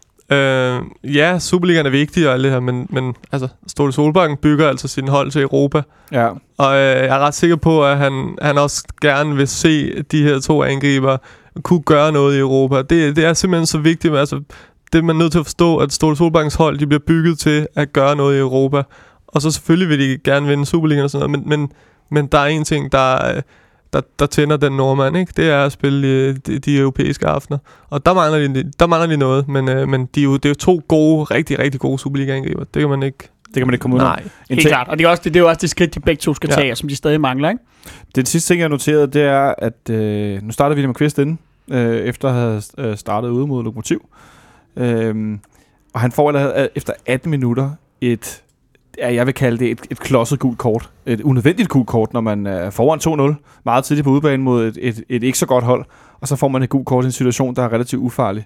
øh, ja, Superligaen er vigtig og alt det her, men, men altså, Ståle Solbakken bygger altså sin hold til Europa. Ja. Og øh, jeg er ret sikker på, at han, han også gerne vil se de her to angriber kunne gøre noget i Europa. Det, det er simpelthen så vigtigt, altså, det er man nødt til at forstå, at Ståle Solbakkens hold, de bliver bygget til at gøre noget i Europa. Og så selvfølgelig vil de gerne vinde Superligaen og sådan noget, men, men, men der er en ting, der, der, der tænder den nordmand, ikke? Det er at spille de, de europæiske aftener. Og der mangler de, der mangler de noget, men, øh, men de er jo, det er jo to gode, rigtig, rigtig gode Superliga-angriber. Det kan man ikke... Det kan man ikke komme ud af. Nej, helt klart. Og det er, også, det, det er jo også det skridt, de begge to skal tage, ja. Som de stadig mangler, ikke? Det sidste ting, jeg noterede, det er, at øh, nu starter William Kvist inden, øh, efter at have startet ude mod Lokomotiv. Øh, og han får allerede efter atten minutter et... Ja, jeg vil kalde det et, et klodset gult kort. Et unødvendigt gult kort, når man er foran to nul, meget tidligt på udebane mod et, et, et ikke så godt hold, og så får man et gult kort i en situation, der er relativt ufarlig.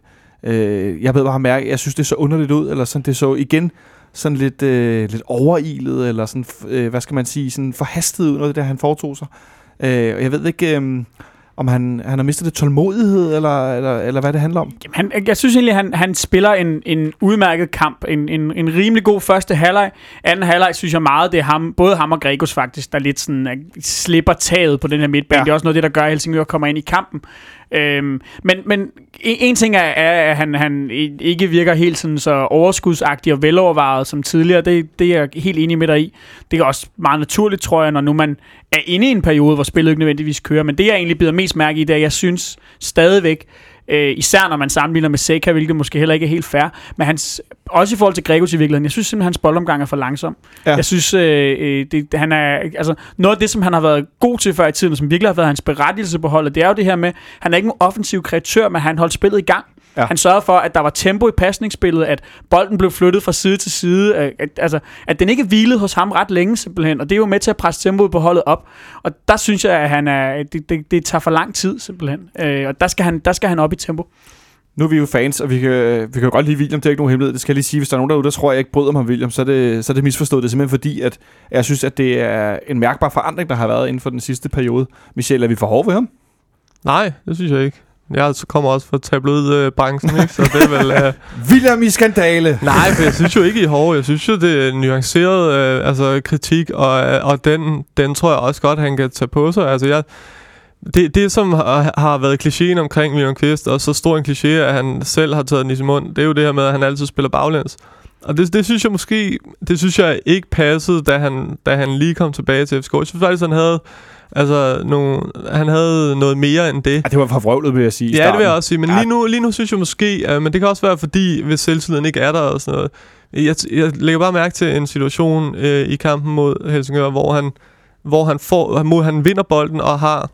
Øh, jeg ved bare mærke, jeg synes, det så underligt ud, eller sådan, det så igen sådan lidt, øh, lidt overilet, eller sådan, øh, hvad skal man sige, sådan forhastet ud, noget der, han foretog sig. Øh, og jeg ved ikke... Øh, om han, han har mistet det tålmodighed, eller, eller, eller hvad det handler om? Jamen, han, jeg synes egentlig, at han, han spiller en, en udmærket kamp. En, en, en rimelig god første halvleg. Anden halvleg synes jeg meget, det er ham, både ham og Gregos faktisk, der lidt sådan, slipper taget på den her midtbane. Ja. Det er også noget af det, der gør, at Helsingør kommer ind i kampen. Øhm, men, men en, en ting er, er at han, han ikke virker helt sådan så overskudsagtig og velovervejet som tidligere. Det, det er jeg helt enig med dig i. Det er også meget naturligt, tror jeg, når nu man er inde i en periode, hvor spillet ikke nødvendigvis kører. Men det, jeg egentlig bider mest mærke i, det er, at jeg synes stadigvæk, øh, især når man sammenligner med Seca, hvilket måske heller ikke er helt fair, men hans, også i forhold til Gregos i virkeligheden, jeg synes simpelthen, hans boldomgang er for langsom. Ja. Jeg synes, øh, det, han er, altså, noget af det, som han har været god til før i tiden, og som virkelig har været hans berettigelse på holdet, det er jo det her med, han er ikke en offensiv kreatør, men han holdt spillet i gang. Ja. Han sørgede for, at der var tempo i pasningsspillet, at bolden blev flyttet fra side til side, at, at, altså, at den ikke hvilede hos ham ret længe simpelthen, og det er jo med til at presse tempoet på holdet op. Og der synes jeg, at han er, det, det, det tager for lang tid simpelthen, øh, og der skal, han, der skal han op i tempo. Nu er vi jo fans, og vi kan, vi kan jo godt lide William, det er ikke nogen hemmelighed. Det skal jeg lige sige, hvis der er nogen derude, der tror, jeg ikke bryder mig om William, så er det, så er det misforstået. Det er simpelthen fordi, at jeg synes, at det er en mærkbar forandring, der har været inden for den sidste periode. Michel, er vi for hårde ved ham? Nej, det synes jeg ikke. Jeg kommer også fra tabloidbranchen, ikke? Så det er vel... Uh... William i skandale! Nej, for jeg synes jo ikke, I er hårde. Jeg synes jo, det er nuanceret uh, altså, kritik, og, og den, den tror jeg også godt, han kan tage på sig. Altså, jeg... Det, det som har, har været klichéen omkring William Kvist, og så stor en kliché, at han selv har taget den i sin mund, det er jo det her med, at han altid spiller baglæns. Og det, det synes jeg måske, det synes jeg ikke passede, da han, da han lige kom tilbage til F C K. Jeg synes faktisk, han havde, altså, nogle, han havde noget mere end det. Ja, det var for vrøvlet, vil jeg sige. Ja, det vil jeg også sige. Men ja. lige, nu, lige nu synes jeg måske, uh, men det kan også være, fordi hvis selvtilliden ikke er der og sådan noget. Jeg, jeg lægger bare mærke til en situation uh, i kampen mod Helsingør, hvor han, hvor han, får, mod, han vinder bolden og har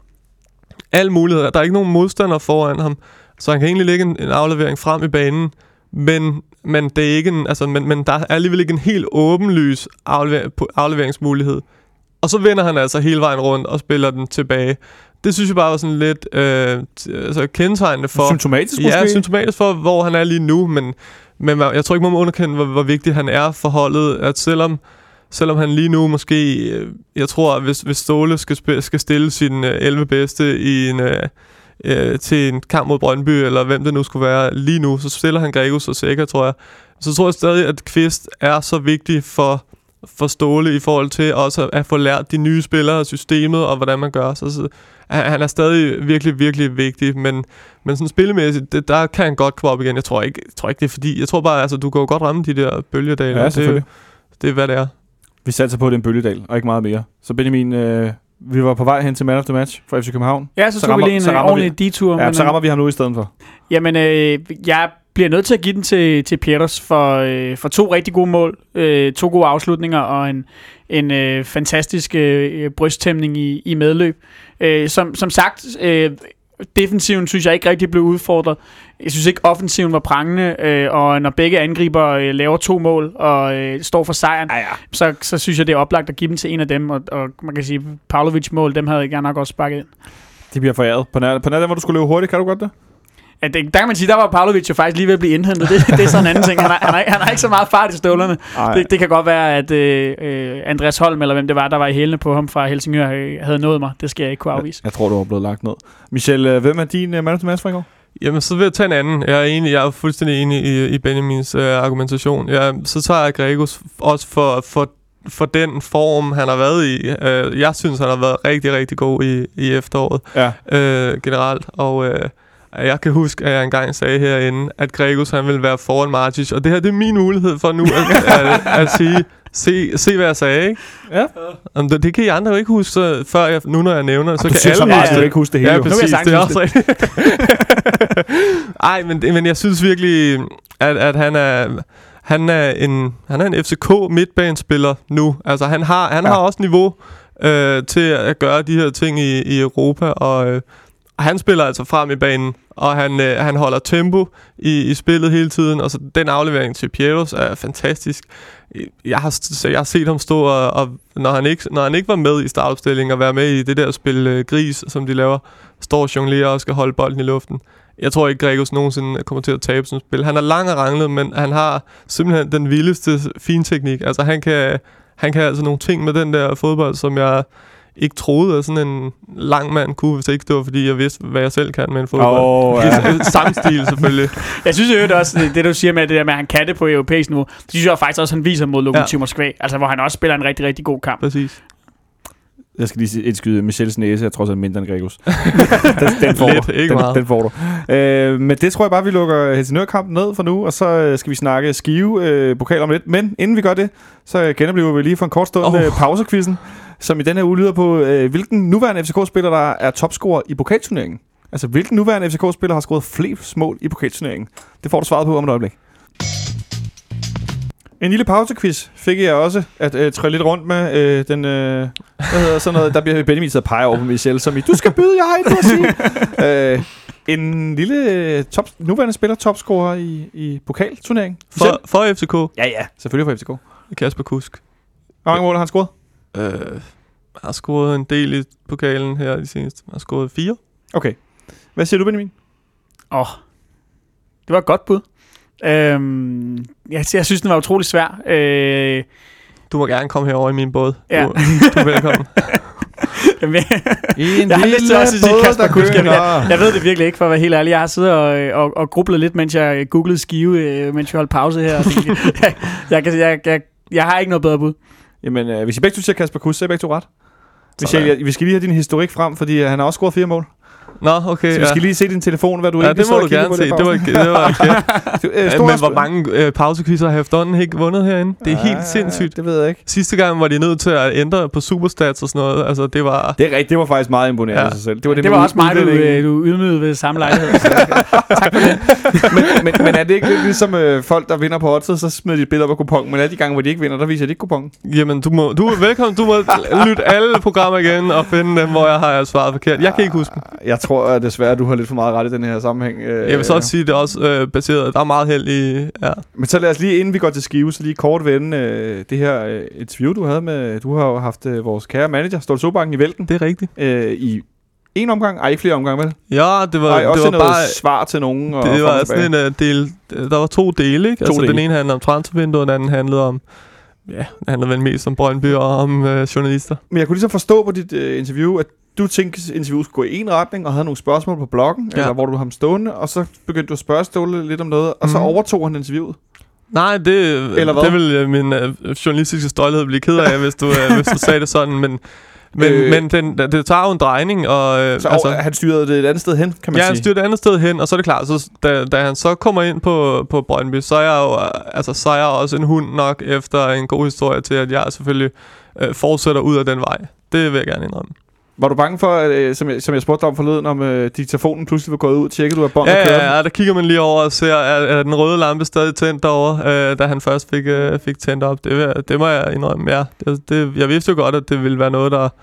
alle muligheder. Der er ikke nogen modstander foran ham, så han kan egentlig lægge en, en aflevering frem i banen, men, men, det er ikke en, altså, men, men der er alligevel ikke en helt åbenlys aflever, afleveringsmulighed. Og så vender han altså hele vejen rundt og spiller den tilbage. Det synes jeg bare var sådan lidt øh, t- altså kendetegnende for... Symptomatisk måske? Ja, symptomatisk for, hvor han er lige nu, men, men jeg tror ikke, man må underkende, hvor, hvor vigtig han er for holdet, at selvom Selvom han lige nu måske, jeg tror, at hvis, hvis Ståle skal, sp- skal stille sine elleve bedste i en, øh, til en kamp mod Brøndby, eller hvem det nu skulle være lige nu, så stiller han Gregos og Seca, tror jeg. Så tror jeg stadig, at Kvist er så vigtig for, for Ståle i forhold til også at få lært de nye spillere, systemet og hvordan man gør. Så, så han er stadig virkelig, virkelig vigtig, men, men sådan spillemæssigt, det, der kan han godt komme op igen. Jeg tror ikke, jeg tror ikke det er fordi, jeg tror bare, altså du kan jo godt ramme de der bølgedale. Ja, selvfølgelig. Det, det er, hvad det er. Vi satser på, at det er en bølgedal, og ikke meget mere. Så Benjamin, øh, vi var på vej hen til Man of the Match for F C København. Ja, så, så tog rammer, vi lige en ordentlig detur. Ja, så rammer vi ham nu i stedet for. Jamen, øh, jeg bliver nødt til at give den til, til Pieters for, øh, for to rigtig gode mål, øh, to gode afslutninger og en, en øh, fantastisk øh, brysttæmning i, i medløb. Øh, som, som sagt... Øh, defensiven synes jeg ikke rigtig blev udfordret. Jeg synes ikke, offensiven var prangende, øh, og når begge angriber øh, laver to mål og øh, står for sejren, ja, ja. Så, så synes jeg, det er oplagt at give dem til en af dem, og, og man kan sige, Pavlovic mål, dem havde jeg gerne nok også sparket ind. De bliver foræret. På nær, på nær hvor du skulle løbe hurtigt, kan du godt det? Ja, det, der kan man sige, der var Pavlovic jo faktisk lige ved at blive indhentet. Det, det er sådan en anden ting. Han har, han har, han har ikke så meget fart i støvlerne. Det, det kan godt være, at øh, Andreas Holm, eller hvem det var, der var i hælene på ham fra Helsingør, havde nået mig. Det skal jeg ikke kunne afvise. Jeg, jeg tror, du var blevet lagt ned. Michel, hvem er din uh, man of the match fra i går? Jamen, så vil jeg tage en anden. Jeg er, enig, jeg er fuldstændig enig i, i Benjamins øh, argumentation. Jeg, så tager jeg Gregos også for, for, for den form, han har været i. Øh, jeg synes, han har været rigtig, rigtig god i, i efteråret ja. øh, generelt. Og øh, jeg kan huske, at jeg engang sagde herinde, at Gregos han ville være foran Martic. Og det her det er min mulighed for nu at, at, at sige... Se, se hvad jeg sagde, ikke? Ja. Um, det, det kan I andre jo ikke huske, så, før jeg, nu når jeg nævner det, så du kan alle... Du siger så meget, du ikke huske det hele. Ja, præcis, det er også rigtigt. Ej, men, men jeg synes virkelig, at, at han er... Han er en, han er en F C K midtbanespiller nu. Altså, han har, han ja. har også niveau øh, til at gøre de her ting i, i Europa, og... Øh, han spiller altså frem i banen, og han, øh, han holder tempo i, i spillet hele tiden, og så den aflevering til Pietos er fantastisk. Jeg har, jeg har set ham stå, og, og når, han ikke, når han ikke var med i startopstillingen og være med i det der spil øh, gris, som de laver, står og jonglerer og skal holde bolden i luften. Jeg tror ikke, Gregos nogensinde kommer til at tabe sådan et spil. Han er lang og ranglet, men han har simpelthen den vildeste finteknik. Altså han kan, han kan altså nogle ting med den der fodbold, som jeg... ikke troede, at sådan en lang mand kunne, hvis ikke det var, fordi jeg vidste, hvad jeg selv kan med en fodbold. Oh, ja. Samme stil, selvfølgelig. Jeg synes jo også, det, det du siger med det der med, at han kan det på europæisk niveau, det synes jeg faktisk også, han viser mod Lokomotiv ja. Moskva, altså hvor han også spiller en rigtig, rigtig god kamp. Præcis. Jeg skal lige indskyde Michels næse, jeg tror så er mindre end Gregos. den, den får Lidt, du. Ikke den, meget. den får du. Øh, men det tror jeg bare, vi lukker Helsingør-kampen ned for nu, og så skal vi snakke Skive øh, pokal om lidt. Men inden vi gør det, så genoplever vi lige for en kort stund oh. pausekvisten, som i den her uge lyder på, øh, hvilken nuværende F C K-spiller, der er topscorer i pokalturneringen. Altså, hvilken nuværende F C K-spiller har scoret flest mål i pokalturneringen? Det får du svaret på om et øjeblik. En lille pausequiz fik jeg også at øh, træde lidt rundt med. Øh, den, øh, hvad hedder sådan noget? Der bliver Benjamin så peger over på Michel, som i, du skal byde, jeg har ikke noget at sige. øh, en lille top, nuværende spiller, topscorer i, i pokalturneringen. For, for F C K? Ja, ja. Selvfølgelig for F C K. Kasper Kusk. Hvor mange mål har han scoret? Øh, jeg har scoret en del i pokalen her de seneste. Jeg har scoret fire. Okay. Hvad siger du, Benjamin? Åh, oh, det var et godt bud. Øhm, jeg, jeg synes, den var utrolig svær. Øh, du må gerne komme herover i min båd. Ja. Du, du er velkommen. Jamen, jeg, jeg har lyst til også at sige Kasper Kusk. Jeg, jeg ved det virkelig ikke, for at være helt ærlig. Jeg har siddet og, og, og grublet lidt, mens jeg googlede Skive, mens vi holdt pause her. jeg, jeg, jeg, jeg, jeg har ikke noget bedre bud. Jamen, øh, hvis I begge to siger Kasper Kusk, så er I begge to ret. Michel, jeg, vi skal lige have din historik frem, fordi han har også scoret fire mål. Nå, okay. Så vi skal ja. lige se din telefon, hvad du ja, ikke det må du gerne se. Det var, det var okay. Men hvor mange øh, pausekvisser har efterhånden ikke vundet herinde? Det er ja, helt sindssygt. Det ved jeg ikke. Sidste gang var de nødt til at ændre på superstats og sådan noget. Altså, det var... Det er rigtigt. Det var faktisk meget imponerende ja. sig selv. Det var, det, det var også mig, du, øh, du ydmygede ved samme lejlighed. Tak for det. men, men, men er det ikke lidt ligesom øh, folk, der vinder på oddset, så smider de et billede op af kupongen, men alle de gange, hvor de ikke vinder, der viser de ikke kupongen? Jamen, du, må, du er velkommen. Du må lytte alle programmer igen og finde dem, hvor jeg har svaret forkert. Jeg kan ikke huske dem. Jeg tror desværre, du har lidt for meget ret i den her sammenhæng. Jeg vil så også sige, at det er også øh, baseret. Der er meget held i... Ja. Men så lad os lige, inden vi går til Skive, så lige kort vende øh, det her øh, interview, du havde med... Du har jo haft øh, vores kære manager, Ståle Sobakken, i vælten. Det er rigtigt. Øh, I en omgang? Ej, ikke flere omgang, vel? Ja, det var... Ej, også det var noget bare svar til nogen. Og det var sådan en uh, del... Der var to dele, ikke? To altså, dele. Den ene handlede om transfervinduet, og den anden handlede om... Ja, det handlede vel mest om Brøndby og om øh, journalister. Men jeg kunne ligesom forstå på dit øh, interview, at du tænkte, at interviewet skulle gå i en retning, og havde nogle spørgsmål på bloggen, ja. eller hvor du havde ham stående, og så begyndte du at spørge Ståle lidt om noget, og mm. så overtog han interviewet. Nej, det, det vil uh, min uh, journalistiske stolthed blive ked af, hvis, du, uh, hvis du sagde det sådan, men... Men, øh, men den, det tager jo en drejning, og... Øh, så altså, han styrede det et andet sted hen, kan man ja, sige? Ja, han styrede det et andet sted hen, og så er det klart, så da, da han så kommer ind på, på Brøndby, så er jeg jo altså, så er jeg også en hund nok efter en god historie til, at jeg selvfølgelig øh, fortsætter ud af den vej. Det vil jeg gerne indrømme. Var du bange for, at, øh, som, jeg, som jeg spurgte om forleden, om øh, diktafonen pludselig var gået ud? Tjekker du, at båndet ja, kører? Ja, ja, der kigger man lige over og ser, at, at den røde lampe stadig tændt derovre, øh, da han først fik, øh, fik tændt op. Det, det må jeg indrømme, ja. Det, det, jeg vidste jo godt, at det ville være noget, der...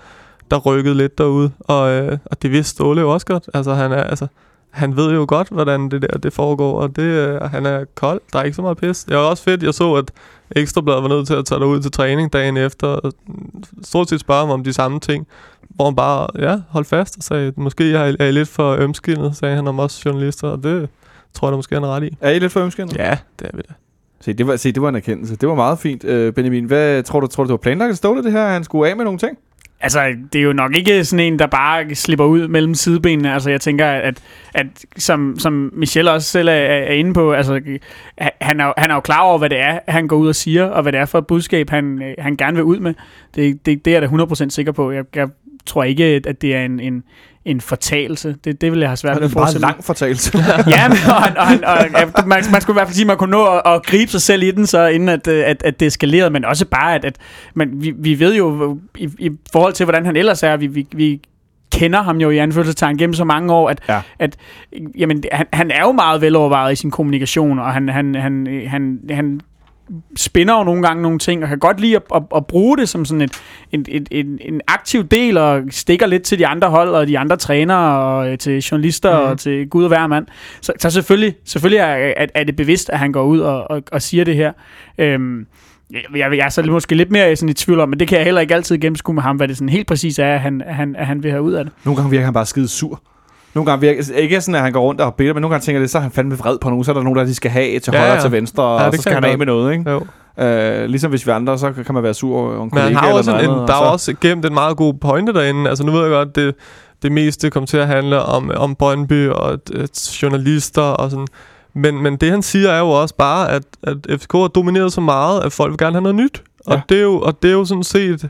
der rykkede lidt derude. Og, øh, og det vidste Ståle jo også godt. Altså, han er... Altså, han ved jo godt, hvordan det der det foregår, og det, øh, han er kold. Der er ikke så meget pis. Det var også fedt, jeg så, at Ekstrabladet var nødt til at tage dig ud til træning dagen efter, og stort set spørge ham om de samme ting, hvor han bare, ja, holdt fast og sagde, måske er I lidt for ømskindet, sagde han om os journalister, og det tror jeg, der måske er en ret i. Er I lidt for ømskindet? Ja, det er vi da. Se, det var, se, det var en erkendelse. Det var meget fint, øh, Benjamin. Hvad tror du, tror du, det var planlagt at stå det her, at han skulle af med nogle ting? Altså, det er jo nok ikke sådan en, der bare slipper ud mellem sidebenene. Altså, jeg tænker, at, at som, som Michel også selv er, er inde på, altså, han er, han er jo klar over, hvad det er, han går ud og siger, og hvad det er for et budskab, han, han gerne vil ud med. Det, det, det er jeg da hundrede procent sikker på. Jeg, jeg tror ikke, at det er en, en, en fortalelse. Det, det vil jeg have svært ved at forestille. Det er en meget lang fortalelse. Ja, men, og, og, og, og, man, man skulle i hvert fald sige, at man kunne nå at, at gribe sig selv i den, så inden at, at, at det eskalerede, men også bare, at, at man, vi, vi ved jo, i, i forhold til, hvordan han ellers er, vi, vi, vi kender ham jo i anførselstegn gennem så mange år, at, ja. at jamen, han, han er jo meget velovervejet i sin kommunikation, og han, han, han, han, han spinner jo nogle gange nogle ting, og kan godt lide at, at, at bruge det som sådan et, et, et, et, en aktiv del, og stikker lidt til de andre hold, og de andre trænere, og til journalister, mm. og til Gud og hver mand. Så, så selvfølgelig, selvfølgelig er, er, er det bevidst, at han går ud og, og, og siger det her. Øhm, jeg, jeg, jeg er så måske lidt mere sådan i tvivl om, men det kan jeg heller ikke altid gennemskue med ham, hvad det sådan helt præcis er, at han, at han, at han vil have ud af det. Nogle gange virker han bare skide sur. Nogle gange virker, ikke sådan, at han går rundt og beder, men nogle gange tænker det, så er han fandme vred på nogen, så er der nogen, der de skal have til højre og ja, ja. til venstre, ja, og så skal han af med noget, ikke? Jo. Uh, ligesom hvis vi andre, så kan man være sur over en kollega. Men han har også eller en, en, der er også gemt en meget god pointe derinde. Altså nu ved jeg godt, det, det meste kommer til at handle om, om Brøndby og et, et journalister og sådan. Men, men det han siger er jo også bare, at, at F C K har domineret så meget, at folk vil gerne have noget nyt. Ja. Og, det er jo, og det er jo sådan set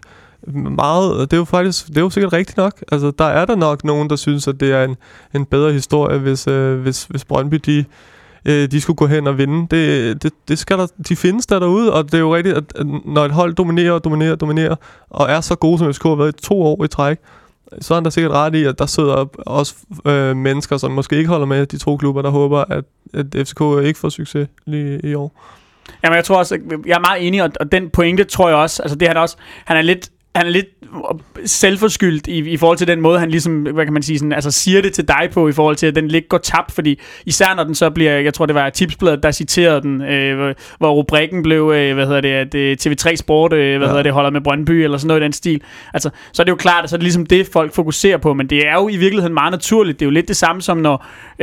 meget, det er jo faktisk, det er jo sikkert rigtigt nok. Altså der er der nok nogen, der synes, at det er en, en bedre historie, hvis, øh, hvis, hvis Brøndby de de skulle gå hen og vinde. Det, det, det skal der, de findes der derude, og det er jo rigtigt, at, at når et hold dominerer og dominerer og dominerer, og er så gode, som F C K har været i to år i træk, så er han da sikkert ret i, at der sidder også øh, mennesker, som måske ikke holder med de to klubber, der håber, at, at F C K ikke får succes lige i år. Jamen jeg tror også, jeg er meget enig, og, og den pointe tror jeg også, altså det han også, han er lidt han er lidt selvforskyldt i, i forhold til den måde, han ligesom, hvad kan man sige, sådan, altså siger det til dig på, i forhold til, at den lidt går tabt, fordi især når den så bliver, jeg tror det var Tipsbladet, der citerede den, øh, hvor rubrikken blev, øh, hvad hedder det, at øh, T V tre Sport, øh, hvad ja. hedder det, holder med Brøndby, eller sådan noget i den stil. Altså, så er det jo klart, at så er det ligesom det, folk fokuserer på, men det er jo i virkeligheden meget naturligt. Det er jo lidt det samme som, når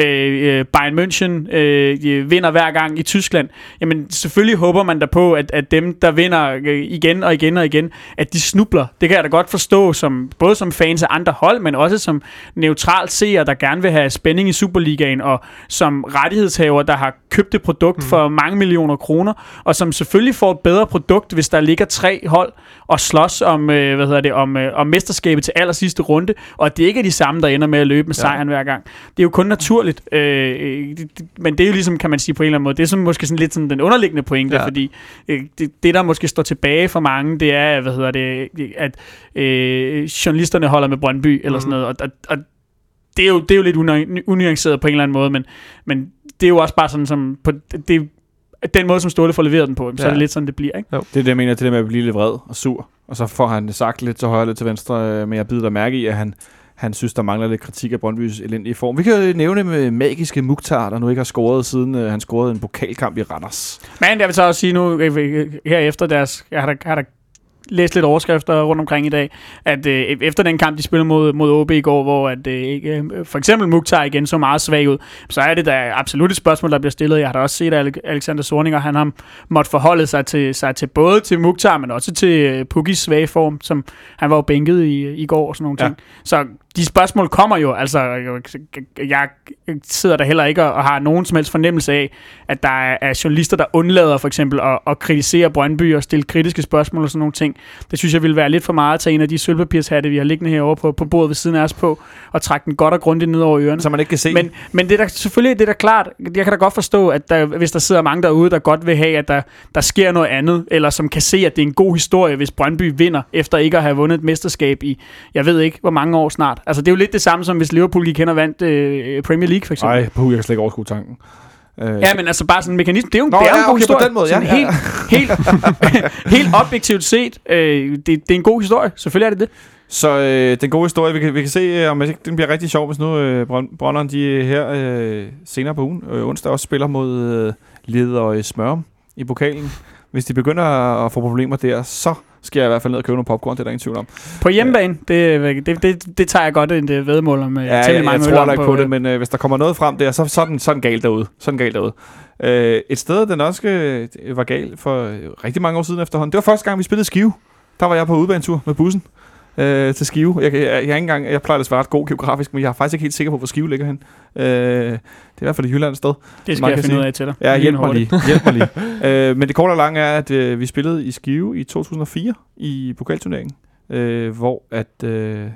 øh, Bayern München øh, vinder hver gang i Tyskland. Jamen, selvfølgelig håber man da på, at, at dem, der vinder øh, igen og igen og igen, at de snubler. Det kan jeg da godt forstå, som, både som fans af andre hold, men også som neutral seer, der gerne vil have spænding i Superligaen, og som rettighedshaver, der har købt et produkt mm. for mange millioner kroner, og som selvfølgelig får et bedre produkt, hvis der ligger tre hold og slås om, øh, hvad hedder det, om, øh, om mesterskabet til allersidste runde, og det ikke er de samme, der ender med at løbe med sejren ja. hver gang. Det er jo kun naturligt, øh, det, men det er jo ligesom, kan man sige på en eller anden måde, det er som måske sådan lidt sådan den underliggende pointe, ja. fordi øh, det, det, der måske står tilbage for mange, det er, hvad hedder det, at øh, journalisterne holder med Brøndby, eller mm. sådan noget, og, og, og det er jo, det er jo lidt unuanceret på en eller anden måde, men, men det er jo også bare sådan, som på, det, den måde, som Ståle får leveret den på, så ja. er det lidt sådan, det bliver, ikke? Jo. Det er det, jeg mener, det der med at blive lidt vred og sur, og så får han sagt lidt til højre, lidt til venstre, men jeg bider der mærke i, at han, han synes, der mangler lidt kritik af Brøndbys elendige form. Vi kan jo nævne med magiske Mukhtar, der nu ikke har scoret, siden uh, han scorede en pokalkamp i Randers. Men jeg vil så også sige nu, her efter deres, jeg har da, har da læst lidt overskrifter rundt omkring i dag, at øh, efter den kamp, de spillede mod, mod O B i går, hvor at, øh, for eksempel Mukhtar igen så meget svag ud, så er det da absolut et spørgsmål, der bliver stillet. Jeg har da også set, at Alexander Zorniger, han har måttet forholde sig til, sig til både til Mukhtar, men også til uh, Puggis svage form, som han var jo bænket i, i går og sådan nogle ja. ting. Så de spørgsmål kommer jo, altså jeg sidder der heller ikke og har nogen som helst fornemmelse af, at der er journalister, der undlader for eksempel at, at kritisere Brøndby og stille kritiske spørgsmål og sådan nogle ting. Det synes jeg ville være lidt for meget at tage en af de sølvpapirshatte, vi har liggende herovre på, på bordet ved siden af os på, og trække den godt og grundigt ned over ørerne. Så man ikke kan se. Men, men det er der, selvfølgelig det er der klart, jeg kan da godt forstå, at der, hvis der sidder mange derude, der godt vil have, at der, der sker noget andet, eller som kan se, at det er en god historie, hvis Brøndby vinder, efter ikke at have vundet et mesterskab i, jeg ved ikke, hvor mange år snart. Altså det er jo lidt det samme som hvis Liverpool gik hen og vandt øh, Premier League for eksempel. Nej, puh, jeg kan slet ikke overskue tanken. Øh, ja, men altså bare sådan en mekanisme, det er jo, Nå, det er ja, en god okay, historie. På den måde, ja, helt, ja. helt, helt objektivt set, øh, det, det er en god historie. Selvfølgelig er det det. Så øh, den gode historie, vi kan, vi kan se, øh, om den bliver rigtig sjov, hvis nu øh, Brønderen, de her øh, senere på ugen, øh, onsdag også spiller mod øh, Leder og Smørum i pokalen. Hvis de begynder at få problemer der, så skal jeg i hvert fald ned og købe nogle popcorn, det er der ingen tvivl om. På hjemmebane, det, det, det, det tager jeg godt et uh, væddemål om. Uh, ja, jeg, jeg, jeg tror ikke på, på det, men øh, hvis der kommer noget frem der, så, så, er, den, så er den galt derude. Så er den galt derude. Øh, et sted, den også øh, var galt for øh, rigtig mange år siden efterhånden. Det var første gang, vi spillede Skive. Der var jeg på udebanetur med bussen øh, til Skive. Jeg, jeg, jeg, jeg, ikke engang, jeg plejer at være ret god geografisk, men jeg er faktisk ikke helt sikker på, hvor Skive ligger hen. Øh, det er i hvert fald et Jylland sted. Det skal jeg finde sige. ud af til dig. Ja, hjælp mig lige. Hjælp mig lige. øh, men det korte og lange er, at øh, vi spillede i Skive i to tusind og fire i pokalturneringen, øh, hvor at øh,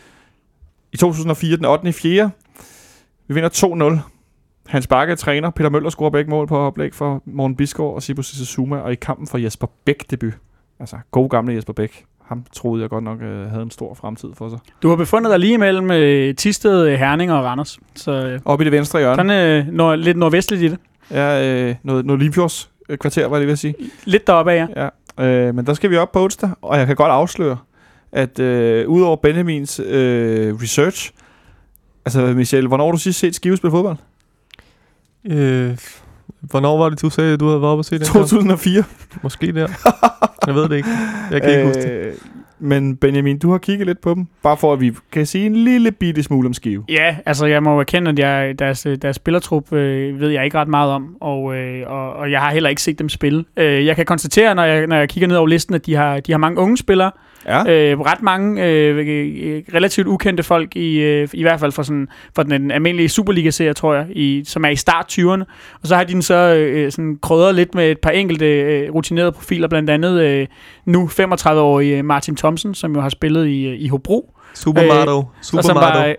i to tusind og fire, den ottende fjerde vi vinder to nul. Hans Bakke er træner. Peter Møller scorer begge mål på oplæg for Morten Bisgaard og Sibu Sissuma, og i kampen for Jesper Bæk debut. Altså, god gamle Jesper Bæk. Ham troede jeg godt nok øh, havde en stor fremtid for sig. Du har befundet dig lige imellem øh, Thisted, Herning og Randers. Så, øh, oppe i det venstre hjørne. Sådan øh, nord, lidt nordvestligt i det. Ja, øh, noget, noget Limfjords øh, kvarter, var det ved at sige. Lidt deroppe af, ja. ja øh, men der skal vi op på onsdag, og jeg kan godt afsløre, at øh, udover Benjamins øh, research, altså Michel, hvornår har du sidst set Skive spille fodbold? Øh, hvornår var det, du sagde, at du havde været oppe og set det? to tusind og fire. Måske der. Jeg ved det ikke. Jeg kan ikke øh, huske det. Men Benjamin, du har kigget lidt på dem, bare for at vi kan sige en lille bitte smule om Skive. Ja, altså jeg må erkende, at jeg, deres, deres spillertrup øh, ved jeg ikke ret meget om, og, øh, og, og jeg har heller ikke set dem spille. Øh, jeg kan konstatere, når jeg, når jeg kigger ned over listen, at de har, de har mange unge spillere. Ja. Øh, ret mange øh, relativt ukendte folk, i, øh, i hvert fald for, sådan, for den almindelige Superliga-serie, tror jeg, i, som er i start tyverne. Og så har de den så øh, sådan krydret lidt med et par enkelte øh, rutinerede profiler, blandt andet øh, nu femogtredive-årige Martin Thomsen, som jo har spillet i, i Hobro. Supermardo. Øh, Supermardo.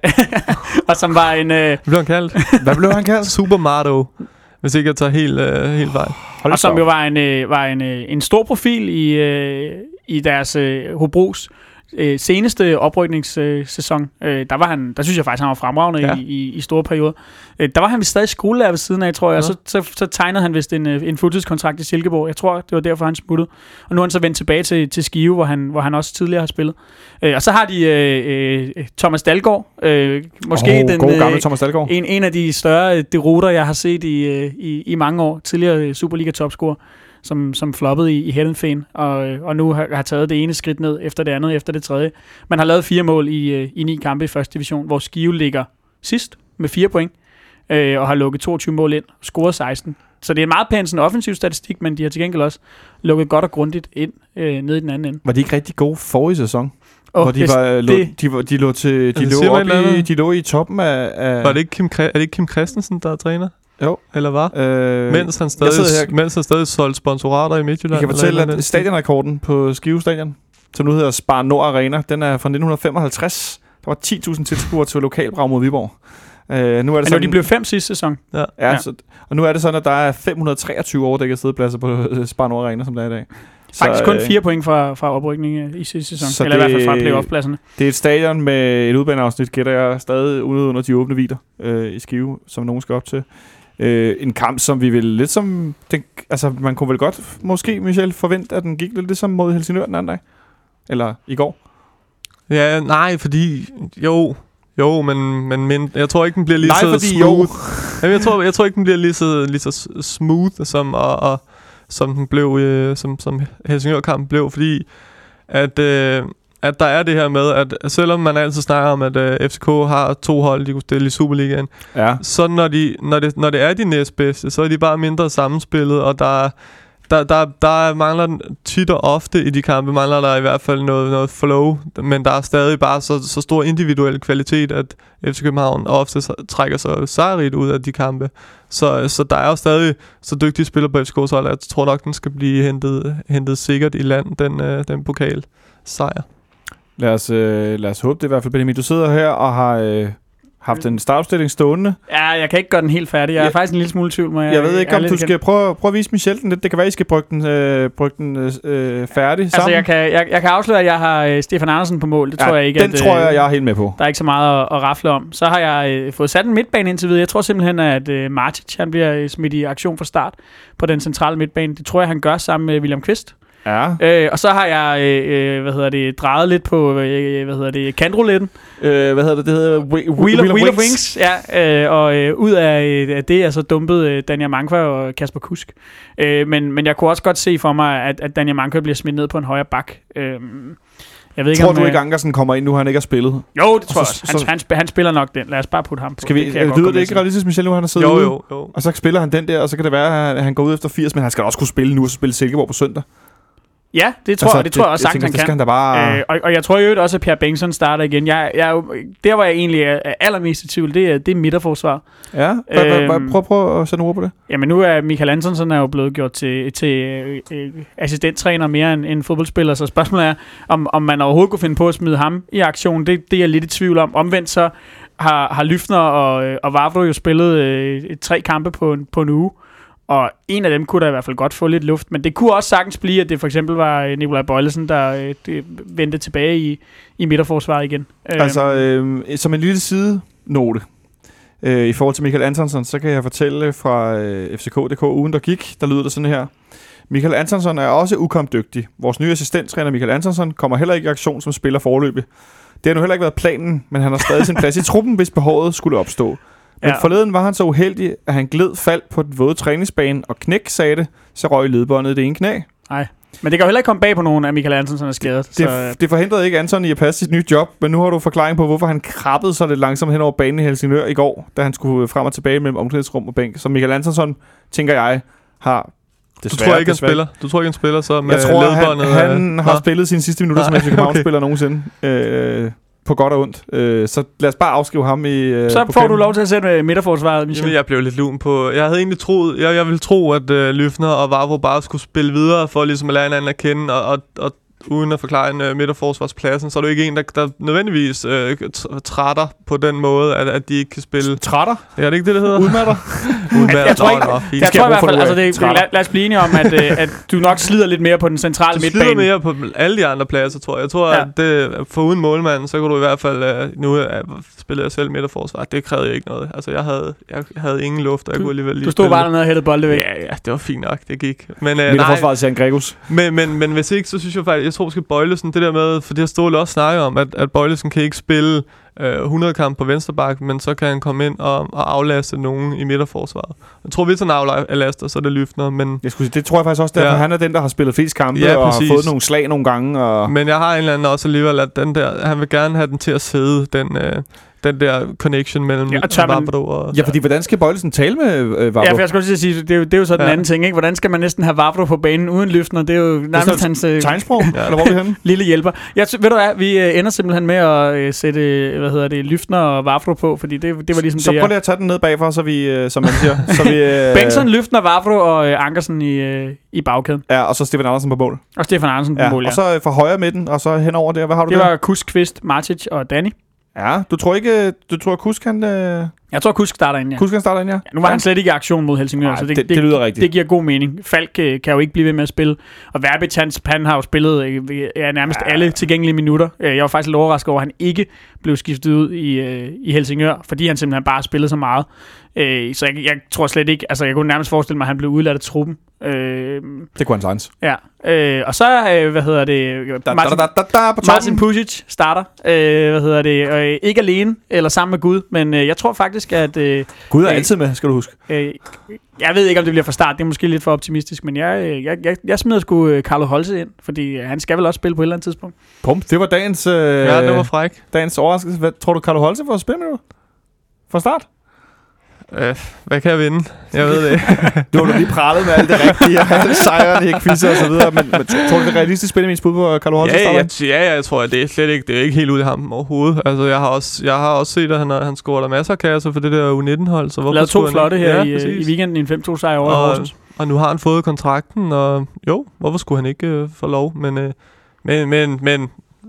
Og som var en... Øh, Hvad blev han kaldt? Hvad blev han kaldt? Supermardo. Hvis ikke jeg tager helt, øh, helt vej. Og som jo var en, øh, var en, øh, en stor profil i, øh, i deres øh, Hobros øh, seneste oprykningssæson. Øh, der var han, der synes jeg faktisk, han var fremragende ja. i, i, i store perioder. Øh, der var han vist stadig skolelærer ved siden af, tror jeg, ja. og så, så, så tegnede han vist en, en fuldtidskontrakt i Silkeborg. Jeg tror, det var derfor, han smuttede. Og nu er han så vendt tilbage til, til Skive, hvor han, hvor han også tidligere har spillet. Øh, og så har de øh, øh, Thomas Dalgaard. Øh, måske oh, den, god gamle Thomas Dalgaard. En, en af de større deruter, jeg har set i, øh, i, i mange år. Tidligere Superliga-topscorer. Som, som floppede i, i Hellenfen, og, og nu har, har taget det ene skridt ned efter det andet, efter det tredje. Man har lavet fire mål i, i ni kampe i første division, hvor Skive ligger sidst med fire point, øh, og har lukket toogtyve mål ind, og scoret seksten. Så det er en meget pæn sådan, offensiv statistik, men de har til gengæld også lukket godt og grundigt ind øh, ned i den anden ende. Var de ikke rigtig gode forrige sæson? Oh, hvor de, det, var, lå, det, de, var, de lå til de lå, op i, de lå i toppen af, af var det ikke Kim, er det ikke Kim Christensen, der er træner? Jo. Eller var? Øh, mens han stadig, mens han stadig solgte sponsorater i Midtjylland. Jeg kan fortælle, at stadionrekorden på Skive Stadion, som nu hedder Spar Nord Arena, den er fra nitten femoghalvtreds. Der var ti tusind tilskuere til lokalbrag mod Viborg. Øh, nu er det sådan, de blev fem sidste sæson. Ja. ja, ja. Så, og nu er det sådan, at der er fem hundrede og treogtyve overdækkede stedpladser på Spar Nord Arena, som der er i dag. Faktisk så, kun fire point fra, fra oprykning i sidste sæson. Eller det, i hvert fald fra playoff-pladserne. Det er et stadion med et udbaneafsnit, gætter jeg stadig ude under de åbne vidder øh, i Skive, som nogen skal op til. Øh, en kamp, som vi vil lidt som... Den, altså, man kunne vel godt, måske, Michel, forvente, at den gik lidt ligesom mod Helsingør den anden dag? Eller i går? Ja, nej, fordi... Jo, jo, men, men, men jeg tror ikke, den bliver lige nej, så fordi, smooth. Jamen, jeg, tror, jeg tror ikke, den bliver lige så, lige så smooth, som, og, og, som den blev, øh, som, som Helsingør-kampen blev, fordi at... Øh, at der er det her med, at selvom man altid snakker om, at uh, F C K har to hold, de kunne stille i Superligaen, ja. så når, de, når, det, når det er de næstbedste, så er de bare mindre sammenspillet, og der, der, der, der mangler tit og ofte i de kampe, mangler der i hvert fald noget, noget flow, men der er stadig bare så, så stor individuel kvalitet, at F C København ofte trækker sig sejrigt ud af de kampe. Så, så der er jo stadig så dygtige spillere på F C K's hold, at jeg tror nok, den skal blive hentet, hentet sikkert i land, den, uh, den pokal sejr. Lad os, øh, lad os håbe det i hvert fald, Benjamin. Du sidder her og har øh, haft en startopstilling stående. Ja, jeg kan ikke gøre den helt færdig. Jeg er ja. faktisk en lille smule tvivl. Jeg, jeg ved ikke, om du skal prøve, prøve at vise Michel den lidt. Det kan være, I skal brygge den, øh, brygge den øh, færdig altså, sammen. Jeg kan, jeg, jeg kan afsløre, at jeg har øh, Stefan Andersen på mål. Det ja, tror jeg ikke, den at, tror jeg, jeg er helt med på. Der er ikke så meget at, at rafle om. Så har jeg øh, fået sat en midtbane indtil videre. Jeg tror simpelthen, at øh, Martic han bliver smidt i aktion fra start på den centrale midtbane. Det tror jeg, han gør sammen med William Kvist. Ja. Øh, og så har jeg øh, hvad hedder det drejet lidt på øh, hvad hedder det kantrouletten. Øh, hvad hedder det? Det hedder Wheel, Wheel, of, Wheel of Wings. Ja, øh, og øh, ud af øh, det er så dumpet øh, Danja Mankva og Kasper Kusk. Øh, men men jeg kunne også godt se for mig at at Danja Mankva bliver smidt ned på en højre bak. Øh, jeg ved ikke, tror om, du ikke Ankersen kommer ind nu, han ikke har spillet? Jo, det tror jeg også. Han, så, han, han, han spiller nok den. Lad os bare putte ham på. Skal vi, det lyder det ikke realistisk, Michel, nu han har siddet jo, ude? Jo, jo. Og så spiller han den der, og så kan det være, at han går ud efter firs, men han skal også kunne spille nu, og så spille Silkeborg på søndag. Ja, det tror, altså, det tror jeg også sagtens, han kan. Han der bare... øh, og, og jeg tror jo også, at Pierre Bengtsson starter igen. Jeg, jeg, der, hvor jeg egentlig er allermest i tvivl, det er, det er midterforsvar. Ja, øhm, prøv, prøv at sætte ord på det. Jamen nu er Michael Antonsen er jo blevet gjort til, til øh, assistenttræner mere end, end fodboldspiller, så spørgsmålet er, om, om man overhovedet kunne finde på at smide ham i aktion. Det, det er jeg lidt i tvivl om. Omvendt så har, har Lyftner og, og Vavro jo spillet øh, tre kampe på en, på en uge. Og en af dem kunne da i hvert fald godt få lidt luft. Men det kunne også sagtens blive, at det for eksempel var Nikolaj Bøjlesen, der øh, vendte tilbage i, i midterforsvaret igen. Altså, øh, som en lille sidenote øh, i forhold til Michael Antonsson, så kan jeg fortælle fra øh, F C K punktum d k ugen, der gik, der lyder det sådan her. Michael Antonsson er også ukampdygtig. Vores nye assistenttræner Michael Antonsson kommer heller ikke i aktion som spiller foreløbig. Det har nu heller ikke været planen, men han har stadig sin plads i truppen, hvis behovet skulle opstå. Men ja. Forleden var han så uheldig, at han gled faldt på den våde træningsbane, og knæk sagde det, så røg ledbåndet det ene knæ. Nej, men det kan jo heller ikke komme bag på nogen, at Michael Antonsson er skadet. Det, så det forhindrede ikke Anton i at passe sit nye job, men nu har du forklaring på, hvorfor han krabbede så lidt langsomt hen over banen i Helsingør i går, da han skulle frem og tilbage mellem omklædningsrum og bænk. Så Michael Antonsson, tænker jeg, har... Desværre, du tror ikke, han spiller? Du tror ikke, han spiller så med ledbåndet? Jeg tror, han, han øh, har spillet sine sidste minutter som F C København-spiller nogensinde. Øh, på godt og ondt. Øh, så lad os bare afskrive ham i... Øh, så får du lov til at sætte midterforsvaret, Michel. Jamen, jeg blev lidt lun på... Jeg havde egentlig troet... Jeg, jeg ville tro, at øh, Lyftner og Vavro bare skulle spille videre, for ligesom at lære hinanden at kende, og, og, og uden at forklare en uh, midterforsvarspladsen, så er du ikke en, der, der nødvendigvis øh, trætter på den måde, at, at de ikke kan spille... Trætter? Ja, det er ikke det, det hedder? Udmatter? Udmatter. Jeg tror, ikke, nå, jeg tror i hvert fald, altså det, lad, lad os blive enige om, at, at du nok slider lidt mere på den centrale du midtbane. Du slider mere på alle de andre pladser, tror jeg. Jeg tror, ja. at det, for uden målmanden, så kunne du i hvert fald... Uh, nu uh, spillede jeg selv midterforsvar. Det krævede jeg ikke noget. Altså, jeg havde, jeg havde ingen luft, og jeg du, kunne alligevel lige Du stod spille. bare dernede og hættede bolde væk. Ja, ja, det var fint nok. Det gik. Men, uh, midterforsvaret til Gregus. Men, men, men hvis ikke, så synes jeg faktisk... Jeg tror måske Bøjlesen, det der med... For det har Ståle også snakket om, at, at Bøjlesen kan ikke spille øh, hundrede kampe på venstreback, men så kan han komme ind og, og aflaste nogen i midterforsvaret. Jeg tror, hvis han aflaster, så er det Lyftner, men... Jeg skulle sige, det tror jeg faktisk også, derfor ja. Han er den, der har spillet flest kampe ja, og har fået nogle slag nogle gange. Og men jeg har en eller anden også alligevel, at den der, han vil gerne have den til at sidde, den... Øh, den der connection mellem ja, Vavro og... Ja, fordi hvordan skal Bøjlesen tale med øh, Vavro? Ja, for jeg skulle også sige, det er jo, det er jo så den ja. anden ting, ikke? Hvordan skal man næsten have Vavro på banen uden Lyftner? Det er jo nærmest det er hans... Øh, tegnsprog, ja. Eller hvor er vi henne? Lille hjælper. Jeg ved du hvad, vi øh, ender simpelthen med at øh, sætte, hvad hedder det, Lyftner og Vavro på, fordi det, det var ligesom så det, Så prøv lige at tage den ned bagfra, så vi, øh, som man siger... så vi, øh, Bengtsson, Lyftner, Vavro og øh, Ankersen i, øh, i bagkæden. Ja, og så Stefan Andersen på mål. Og Stefan Andersen på ja, mål, ja. Og så øh, fra højre midten, og så henover der. Hvad har du det der? Det var Kusk, Kvist, Martic og Danny. Ja, du tror ikke, du tror Kusk han... Øh... Jeg tror Kusk starter ind, ja. Kusk han starter ind, ja. ja nu var ja. han slet ikke i aktion mod Helsingør, Ej, så det, det, det, det lyder rigtigt. Det giver god mening. Falk øh, kan jo ikke blive ved med at spille, og Verbic, han, han har jo spillet øh, ja, nærmest ja. alle tilgængelige minutter. Jeg var faktisk lidt overrasket over, at han ikke blev skiftet ud i, øh, i Helsingør, fordi han simpelthen bare spillede så meget. Øh, så jeg, jeg tror slet ikke, altså jeg kunne nærmest forestille mig, at han blev udladt af truppen. Øh, det kunne han sagtens. Ja, øh, og så, øh, hvad hedder det, Martin, da, da, da, da, da, Martin Pusic starter, øh, hvad hedder det, øh, ikke alene, eller sammen med Gud, men øh, jeg tror faktisk, at... Øh, Gud er øh, altid med, skal du huske. Øh, jeg ved ikke, om det bliver fra start, det er måske lidt for optimistisk, men jeg, jeg, jeg, jeg smider sgu øh, Carlo Holse ind, fordi han skal vel også spille på et eller andet tidspunkt. Pum, det var dagens... Øh, ja, det var fræk. Dagens overraskelse. Hvad, tror du, Carlo Holse får at spille med nu? Fra start? Øh, hvad kan jeg vinde? Jeg ved det ikke. Du har lige pralet med alt det rigtige, alle sejrene i quizzer og så videre, men, men tror du, det er realistisk spil i min spil på Carlo Holse? Ja, ja, ja, ja, jeg tror, at det er slet ikke, det er ikke helt ude i ham overhovedet. Altså, jeg har også, jeg har også set, at han, han scorer der masser af kasser for det der U nitten-hold. Så hvorfor lavede to flotte her ja, i, i weekenden i en fem to sejr over og, Horsens. Og nu har han fået kontrakten, og jo, hvorfor skulle han ikke øh, få lov? Men, øh, men, men, men